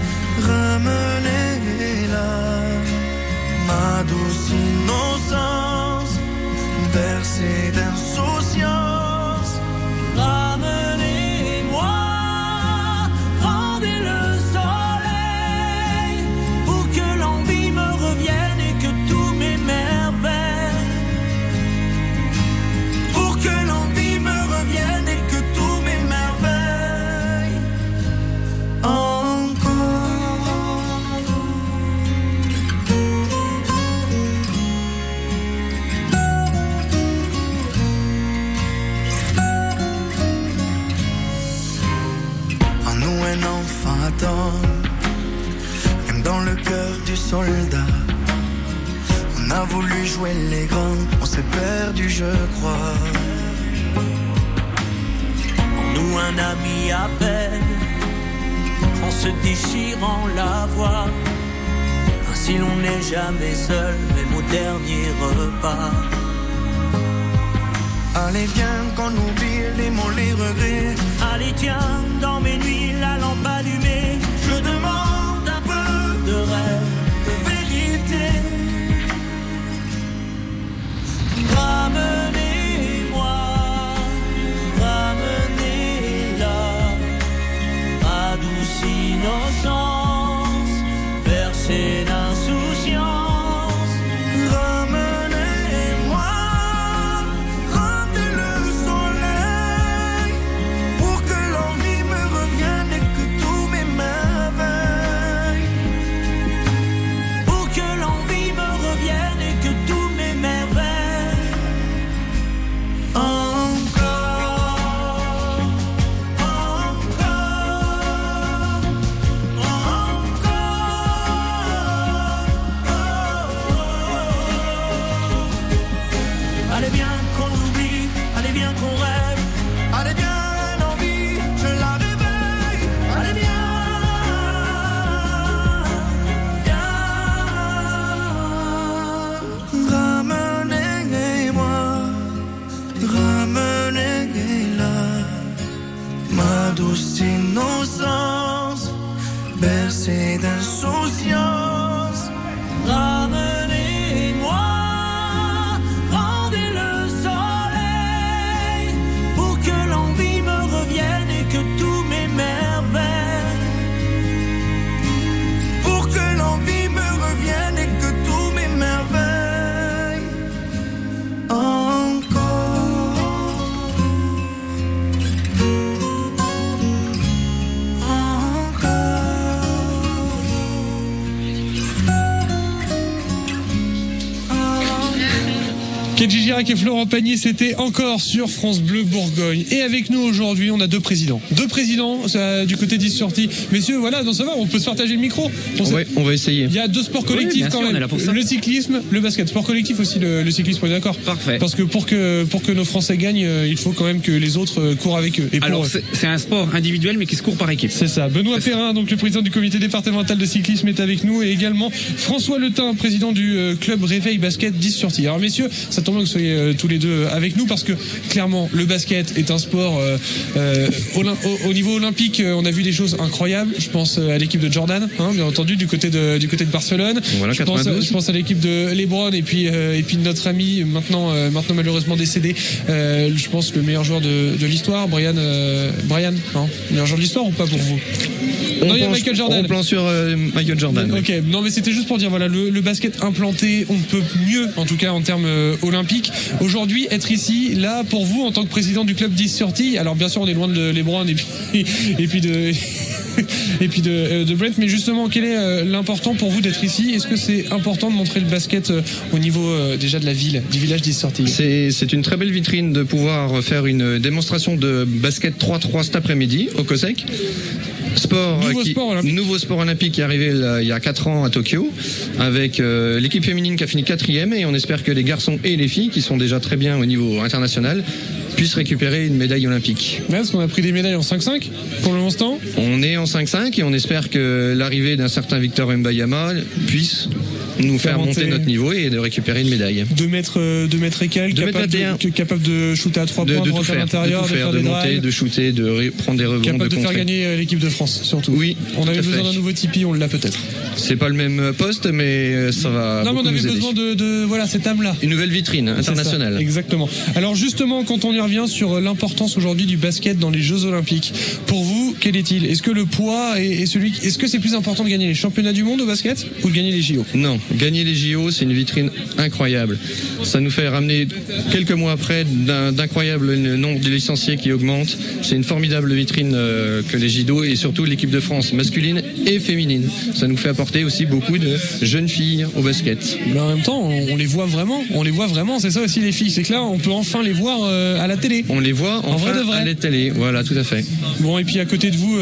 ramenez-la, ma douce innocence, bercée d'insouciance. Ramenez-moi, rendez le soleil, pour que l'envie me revienne et que tout m'émerveille. Pour que l'envie me revienne et que tout m'émerveille. Un enfant attend, même dans le cœur du soldat. On a voulu jouer les grands, on s'est perdu, je crois. En nous un ami appelle, en se déchirant la voix. Ainsi l'on n'est jamais seul, même au dernier repas. Allez viens qu'on oublie les mots, les regrets. Allez tiens, dans mes nuits la lampe allumée. Je demande un peu de rêve, de vérité. Ramenez-moi, ramenez-la, ma douce innocence, bercée d'insouciance. Ramenez-moi, rendez le soleil, pour que l'envie me revienne et que tout m'émerveille. Pour que l'envie me revienne et que tout m'émerveille. Encore, encore, encore. Allez bien qu'on oublie, allez bien qu'on rêve. Allez bien l'envie, je la réveille. Allez bien, Ramenez-moi, ramenez-la, ma douce innocence, bercée d'insouciance. ramenez-moi, rendez le soleil, pour que l'envie me revienne et que tout m'émerveille. Pour que l'envie me revienne et que tout m'émerveille. Kenji Girac et Florent Pagny, c'était encore sur France Bleu Bourgogne. Et avec nous aujourd'hui, on a deux présidents. Du côté d'Is Sortie. Messieurs, voilà, non, ça va, on peut se partager le micro. On va essayer. Il y a deux sports collectifs quand même. Le cyclisme, le basket. Sport collectif aussi, le cyclisme, on est d'accord? Parfait. Parce que pour que nos Français gagnent, il faut quand même que les autres courent avec eux. Et alors, c'est un sport individuel, mais qui se court par équipe. C'est ça. Benoît Perrin, donc le président du comité départemental de cyclisme, est avec nous. Et également François Letin, président du club Réveil Basket d'Is Sortie. Alors messieurs, ça tombe bien que vous soyez tous les deux avec nous parce que clairement le basket est un sport au niveau olympique. On a vu des choses incroyables. Je pense à l'équipe de Jordan, bien entendu, du côté de Barcelone. Voilà, je pense à l'équipe de LeBron et puis notre ami maintenant malheureusement décédé. Je pense le meilleur joueur de l'histoire, Brian, meilleur joueur de l'histoire ou pas pour vous? Non, il y a Michael Jordan. On plan sur Michael Jordan. Ok, oui. Non mais c'était juste pour dire voilà le basket implanté, on ne peut mieux en tout cas en termes olympiques. Aujourd'hui, être ici, là pour vous en tant que président du club d'Is Sortie. Alors bien sûr on est loin de LeBron et puis de Brent, mais justement quel est l'important pour vous d'être ici? Est-ce que c'est important de montrer le basket au niveau déjà de la ville, du village d'Is Sortie? C'est une très belle vitrine de pouvoir faire une démonstration de basket 3-3 cet après-midi au COSEC. Nouveau sport olympique qui est arrivé il y a 4 ans à Tokyo avec l'équipe féminine qui a fini 4e, et on espère que les garçons et les filles qui sont déjà très bien au niveau international puissent récupérer une médaille olympique. Ouais, parce qu'on a pris des médailles en 5-5 pour l'instant. On est en 5-5 et on espère que l'arrivée d'un certain Victor Mbayama puisse nous faire monter notre niveau et de récupérer une médaille. 2 mètres et quelques, capable de shooter à 3 points, de rentrer à l'intérieur, de monter, de shooter, de prendre des rebonds, capable de faire gagner l'équipe de France surtout. Oui. On avait besoin d'un nouveau Tipeee, on l'a peut-être. C'est pas le même poste, mais ça va. Non, mais on avait besoin de voilà cette âme-là. Une nouvelle vitrine internationale. Exactement. Alors justement, quand on y revient sur l'importance aujourd'hui du basket dans les Jeux Olympiques, pour vous, quel est-il? Est-ce que le poids est-ce que c'est plus important de gagner les championnats du monde au basket ou de gagner les JO? Non, gagner les JO, c'est une vitrine incroyable. Ça nous fait ramener quelques mois après d'incroyables nombre de licenciés qui augmente. C'est une formidable vitrine que les JO et surtout l'équipe de France masculine et féminine. Ça nous fait apporter aussi beaucoup de jeunes filles au basket. Mais en même temps, on les voit vraiment. C'est ça aussi les filles, c'est que là, on peut enfin les voir à la télé. On les voit enfin en vrai. à la télé, voilà, tout à fait. Bon, et puis à côté de vous,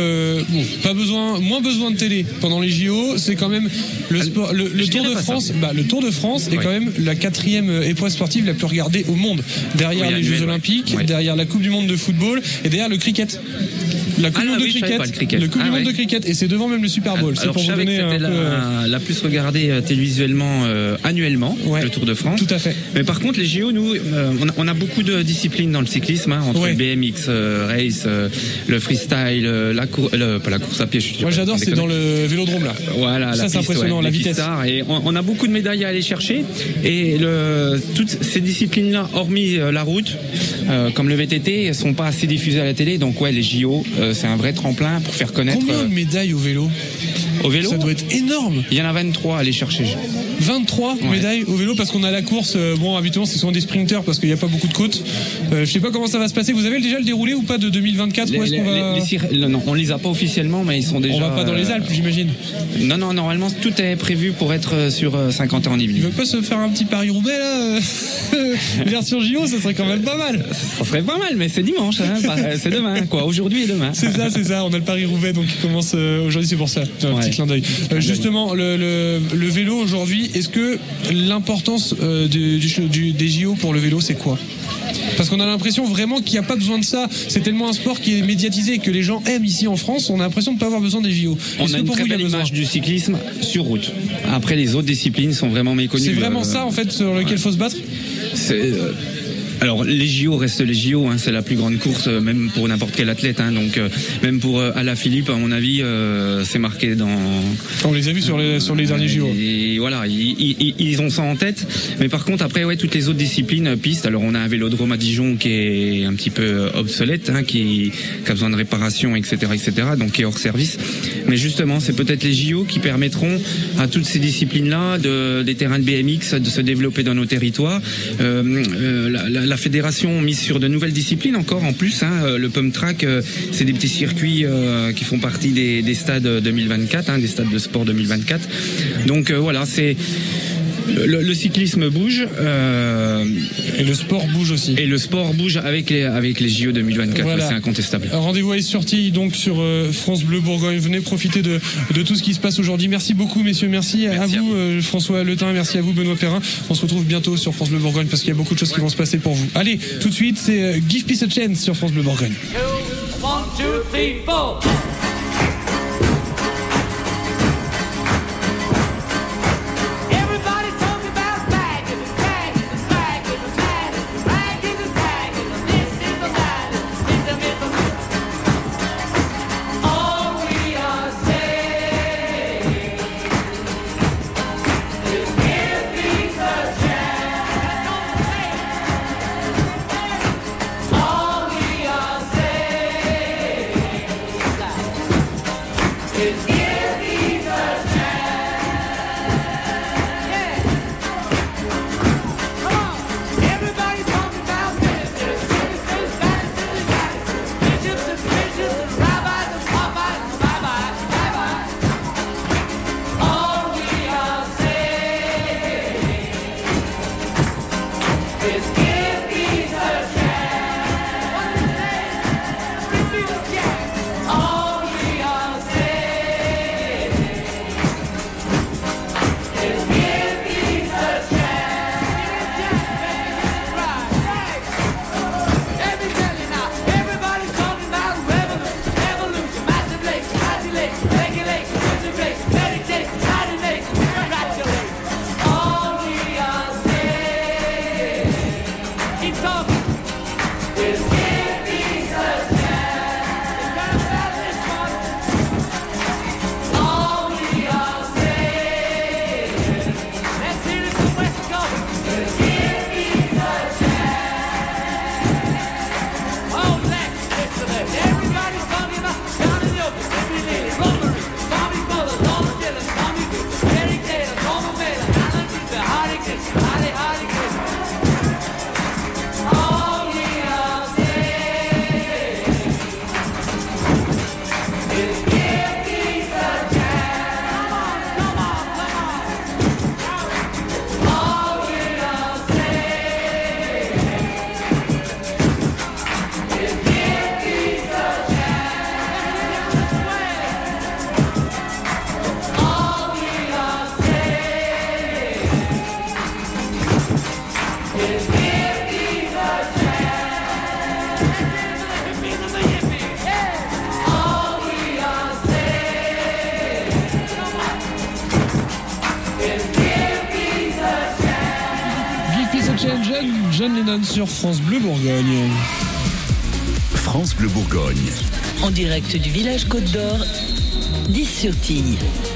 moins besoin de télé pendant les JO. C'est quand même le sport, le Tour de France. Le Tour de France est quand même la 4e épreuve sportive la plus regardée au monde, derrière les Jeux Olympiques, derrière la Coupe du Monde de football et derrière le cricket. La Coupe du Monde de cricket, le Coupe du Monde de cricket, et c'est devant même le Super Bowl. Alors, c'est pour vous donner la plus regardée télévisuellement annuellement, le Tour de France. Tout à fait. Mais par contre, les JO, nous, on a beaucoup de disciplines dans le cyclisme, entre le BMX race, le freestyle, pas la course à pied. Moi, j'adore, c'est dans le vélodrome là. Voilà, ça c'est impressionnant, la vitesse. Et on a beaucoup de médailles à aller chercher. Et toutes ces disciplines-là, hormis la route, comme le VTT, elles sont pas assez diffusées à la télé. Donc les JO, c'est un vrai tremplin pour faire connaître. Combien de médailles au vélo? Au vélo, ça doit être énorme. Il y en a 23 à aller chercher. 23 médailles au vélo, parce qu'on a la course. Habituellement c'est souvent des sprinters parce qu'il n'y a pas beaucoup de côtes. Je sais pas comment ça va se passer. Vous avez déjà le déroulé ou pas de 2024? Non, on les a pas officiellement, mais ils sont déjà. On va pas dans les Alpes, j'imagine. Non, normalement tout est prévu pour être sur 50 ans en Yvelines. Il veut pas se faire un petit Paris-Roubaix là version JO, ça serait quand même pas mal. Ça serait pas mal, mais c'est dimanche, c'est demain, quoi. Aujourd'hui et demain. C'est ça. On a le Paris-Roubaix donc qui commence aujourd'hui, c'est pour ça. Un petit clin d'œil. Justement, le vélo aujourd'hui, est-ce que l'importance des JO pour le vélo, c'est quoi? Parce qu'on a l'impression vraiment qu'il n'y a pas besoin de ça. C'est tellement un sport qui est médiatisé et que les gens aiment ici en France. On a l'impression de ne pas avoir besoin des JO. On a une très belle image du cyclisme sur route. Après, les autres disciplines sont vraiment méconnues. C'est vraiment ça, en fait, sur lequel il faut se battre? Alors les JO restent les JO, c'est la plus grande course même pour n'importe quel athlète, donc même pour Alaphilippe à mon avis c'est marqué dans. On les a vus sur les derniers JO. Et voilà, ils ont ça en tête. Mais par contre après toutes les autres disciplines pistes. Alors on a un vélodrome à Dijon qui est un petit peu obsolète, qui a besoin de réparation, etc., donc qui est hors service. Mais justement c'est peut-être les JO qui permettront à toutes ces disciplines-là, des terrains de BMX, de se développer dans nos territoires. La fédération mise sur de nouvelles disciplines encore en plus. Le pump track, c'est des petits circuits qui font partie des stades 2024, des stades de sport 2024. Donc voilà, le cyclisme bouge. Et le sport bouge aussi. Et le sport bouge avec les JO 2024, voilà. C'est incontestable. Rendez-vous à Is-sur-Tille, donc sur France Bleu Bourgogne. Venez profiter de tout ce qui se passe aujourd'hui. Merci beaucoup, messieurs. Merci à vous, François Letin. Merci à vous, Benoît Perrin. On se retrouve bientôt sur France Bleu Bourgogne parce qu'il y a beaucoup de choses qui vont se passer pour vous. Allez, tout de suite, c'est Give Peace a Chance sur France Bleu Bourgogne. 1, 2, 3, 4. John Lennon sur France Bleu Bourgogne. France Bleu Bourgogne. En direct du village Côte d'Or d'Is-sur-Tille.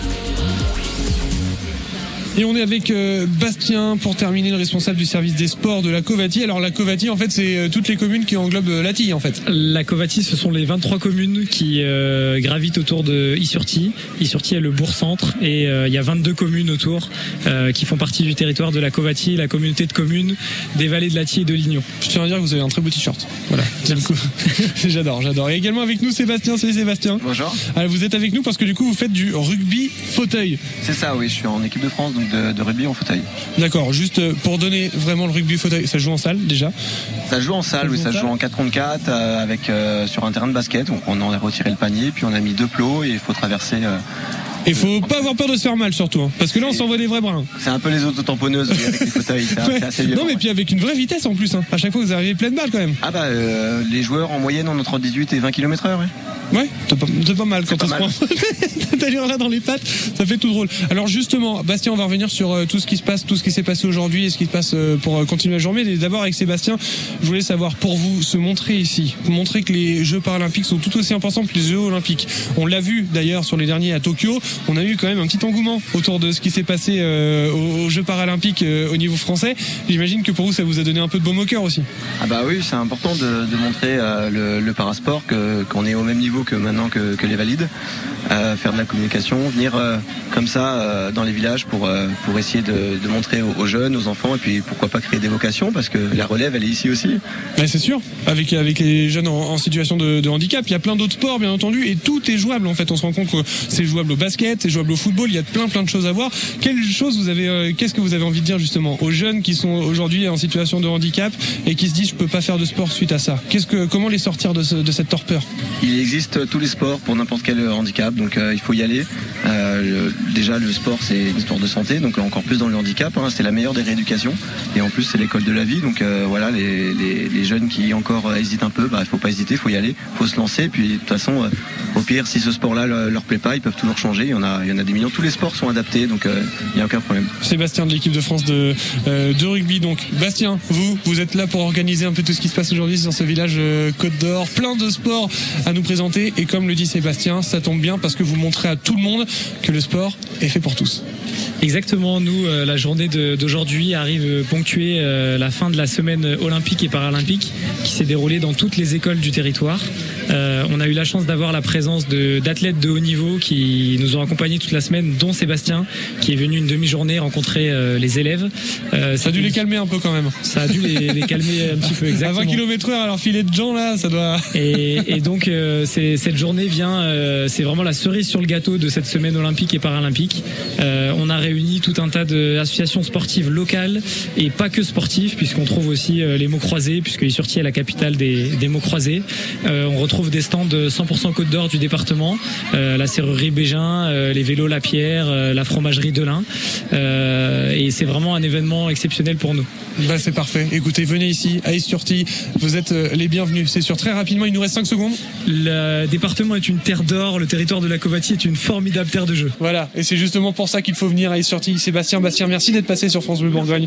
Et on est avec Bastien pour terminer, le responsable du service des sports de la Covatie. Alors la Covatie, en fait, c'est toutes les communes qui englobent la Tille, en fait. La Covatie, ce sont les 23 communes qui gravitent autour de Is-sur-Tille. Is-sur-Tille est le bourg-centre et il y a 22 communes autour qui font partie du territoire de la Covatie, la communauté de communes des vallées de la Tille et de Lignon. Je tiens à dire que vous avez un très beau t-shirt. Voilà. J'adore. Et également avec nous Sébastien. Salut Sébastien. Bonjour. Alors, vous êtes avec nous parce que du coup vous faites du rugby fauteuil. C'est ça, oui. Je suis en équipe de France. De rugby en fauteuil. D'accord, juste pour donner vraiment le rugby fauteuil, ça joue en salle déjà? Ça joue en salle, oui, ça joue en 4 contre 4 avec sur un terrain de basket. Donc on en a retiré le panier, puis on a mis 2 plots et il faut traverser. Et faut pas avoir peur de se faire mal surtout, hein, parce que là on s'envoie des vrais brins. C'est un peu les autotamponneuses avec les fauteuils, c'est assez violent. Non mais puis avec une vraie vitesse en plus, hein. À chaque fois vous arrivez pleine balle quand même. Ah bah les joueurs en moyenne on entre 18 et 20 km/h, oui. Ouais, c'est pas mal quand on se prend. Cette allure-là dans les pattes, ça fait tout drôle. Alors justement, Bastien, on va revenir sur tout ce qui se passe, tout ce qui s'est passé aujourd'hui et ce qui se passe pour continuer la journée. Mais d'abord avec Sébastien, je voulais savoir, pour vous, se montrer ici, montrer que les Jeux paralympiques sont tout aussi importants que les Jeux olympiques. On l'a vu d'ailleurs sur les derniers à Tokyo, on a eu quand même un petit engouement autour de ce qui s'est passé aux Jeux paralympiques au niveau français. J'imagine que pour vous, ça vous a donné un peu de baume au cœur aussi. Ah bah oui, c'est important de montrer le parasport qu'on est au même niveau tôt que maintenant que les valides, faire de la communication, venir comme ça dans les villages pour essayer de montrer aux jeunes, aux enfants, et puis pourquoi pas créer des vocations, parce que la relève elle est ici aussi. Ouais, c'est sûr, avec les jeunes en situation de handicap, il y a plein d'autres sports bien entendu, et tout est jouable en fait. On se rend compte que c'est jouable au basket, c'est jouable au football, il y a plein de choses à voir. Qu'est-ce que vous avez envie de dire justement aux jeunes qui sont aujourd'hui en situation de handicap et qui se disent je peux pas faire de sport suite à ça? Comment les sortir de cette torpeur? Il existe tous les sports pour n'importe quel handicap, donc il faut y aller. Déjà le sport c'est une histoire de santé, donc encore plus dans le handicap, c'est la meilleure des rééducations, et en plus c'est l'école de la vie, donc voilà, les jeunes qui encore hésitent un peu, il faut pas hésiter, il faut y aller, il faut se lancer, puis de toute façon au pire si ce sport là leur plaît pas, ils peuvent toujours changer, il y en a des millions, tous les sports sont adaptés, donc il n'y a aucun problème. Sébastien de l'équipe de France de rugby, donc Bastien, vous êtes là pour organiser un peu tout ce qui se passe aujourd'hui sur ce village Côte d'Or, plein de sports à nous présenter, et comme le dit Sébastien, ça tombe bien parce que vous montrez à tout le monde que le sport est fait pour tous. Exactement, nous la journée d'aujourd'hui arrive ponctuer la fin de la semaine olympique et paralympique qui s'est déroulée dans toutes les écoles du territoire. On a eu la chance d'avoir la présence d'athlètes de haut niveau qui nous ont accompagnés toute la semaine, dont Sébastien qui est venu une demi-journée rencontrer les élèves. Ça a dû les calmer un peu quand même. Ça a dû les calmer un petit peu, exactement. À 20 km/h, alors filet de gens là, ça doit... Et donc cette journée vient, c'est vraiment la cerise sur le gâteau de cette semaine olympique et paralympique. On a réuni tout un tas d'associations sportives locales et pas que sportives, puisqu'on trouve aussi les mots croisés, puisque Is-sur-Tille est la capitale des mots croisés. On retrouve des stands 100% Côte d'Or du département, la serrurerie Bégin, les vélos La Pierre, la fromagerie Delin, et c'est vraiment un événement exceptionnel pour nous. C'est parfait. Écoutez, venez ici à Is-sur-Tille, vous êtes les bienvenus. C'est sûr, très rapidement, il nous reste 5 secondes. Le département est une terre d'or, le territoire de la Covatie est une formidable terre de jeu. Voilà, et c'est justement pour ça qu'il faut venir à Is-sur-Tille. Bastien, merci d'être passé sur France Bleu Bourgogne.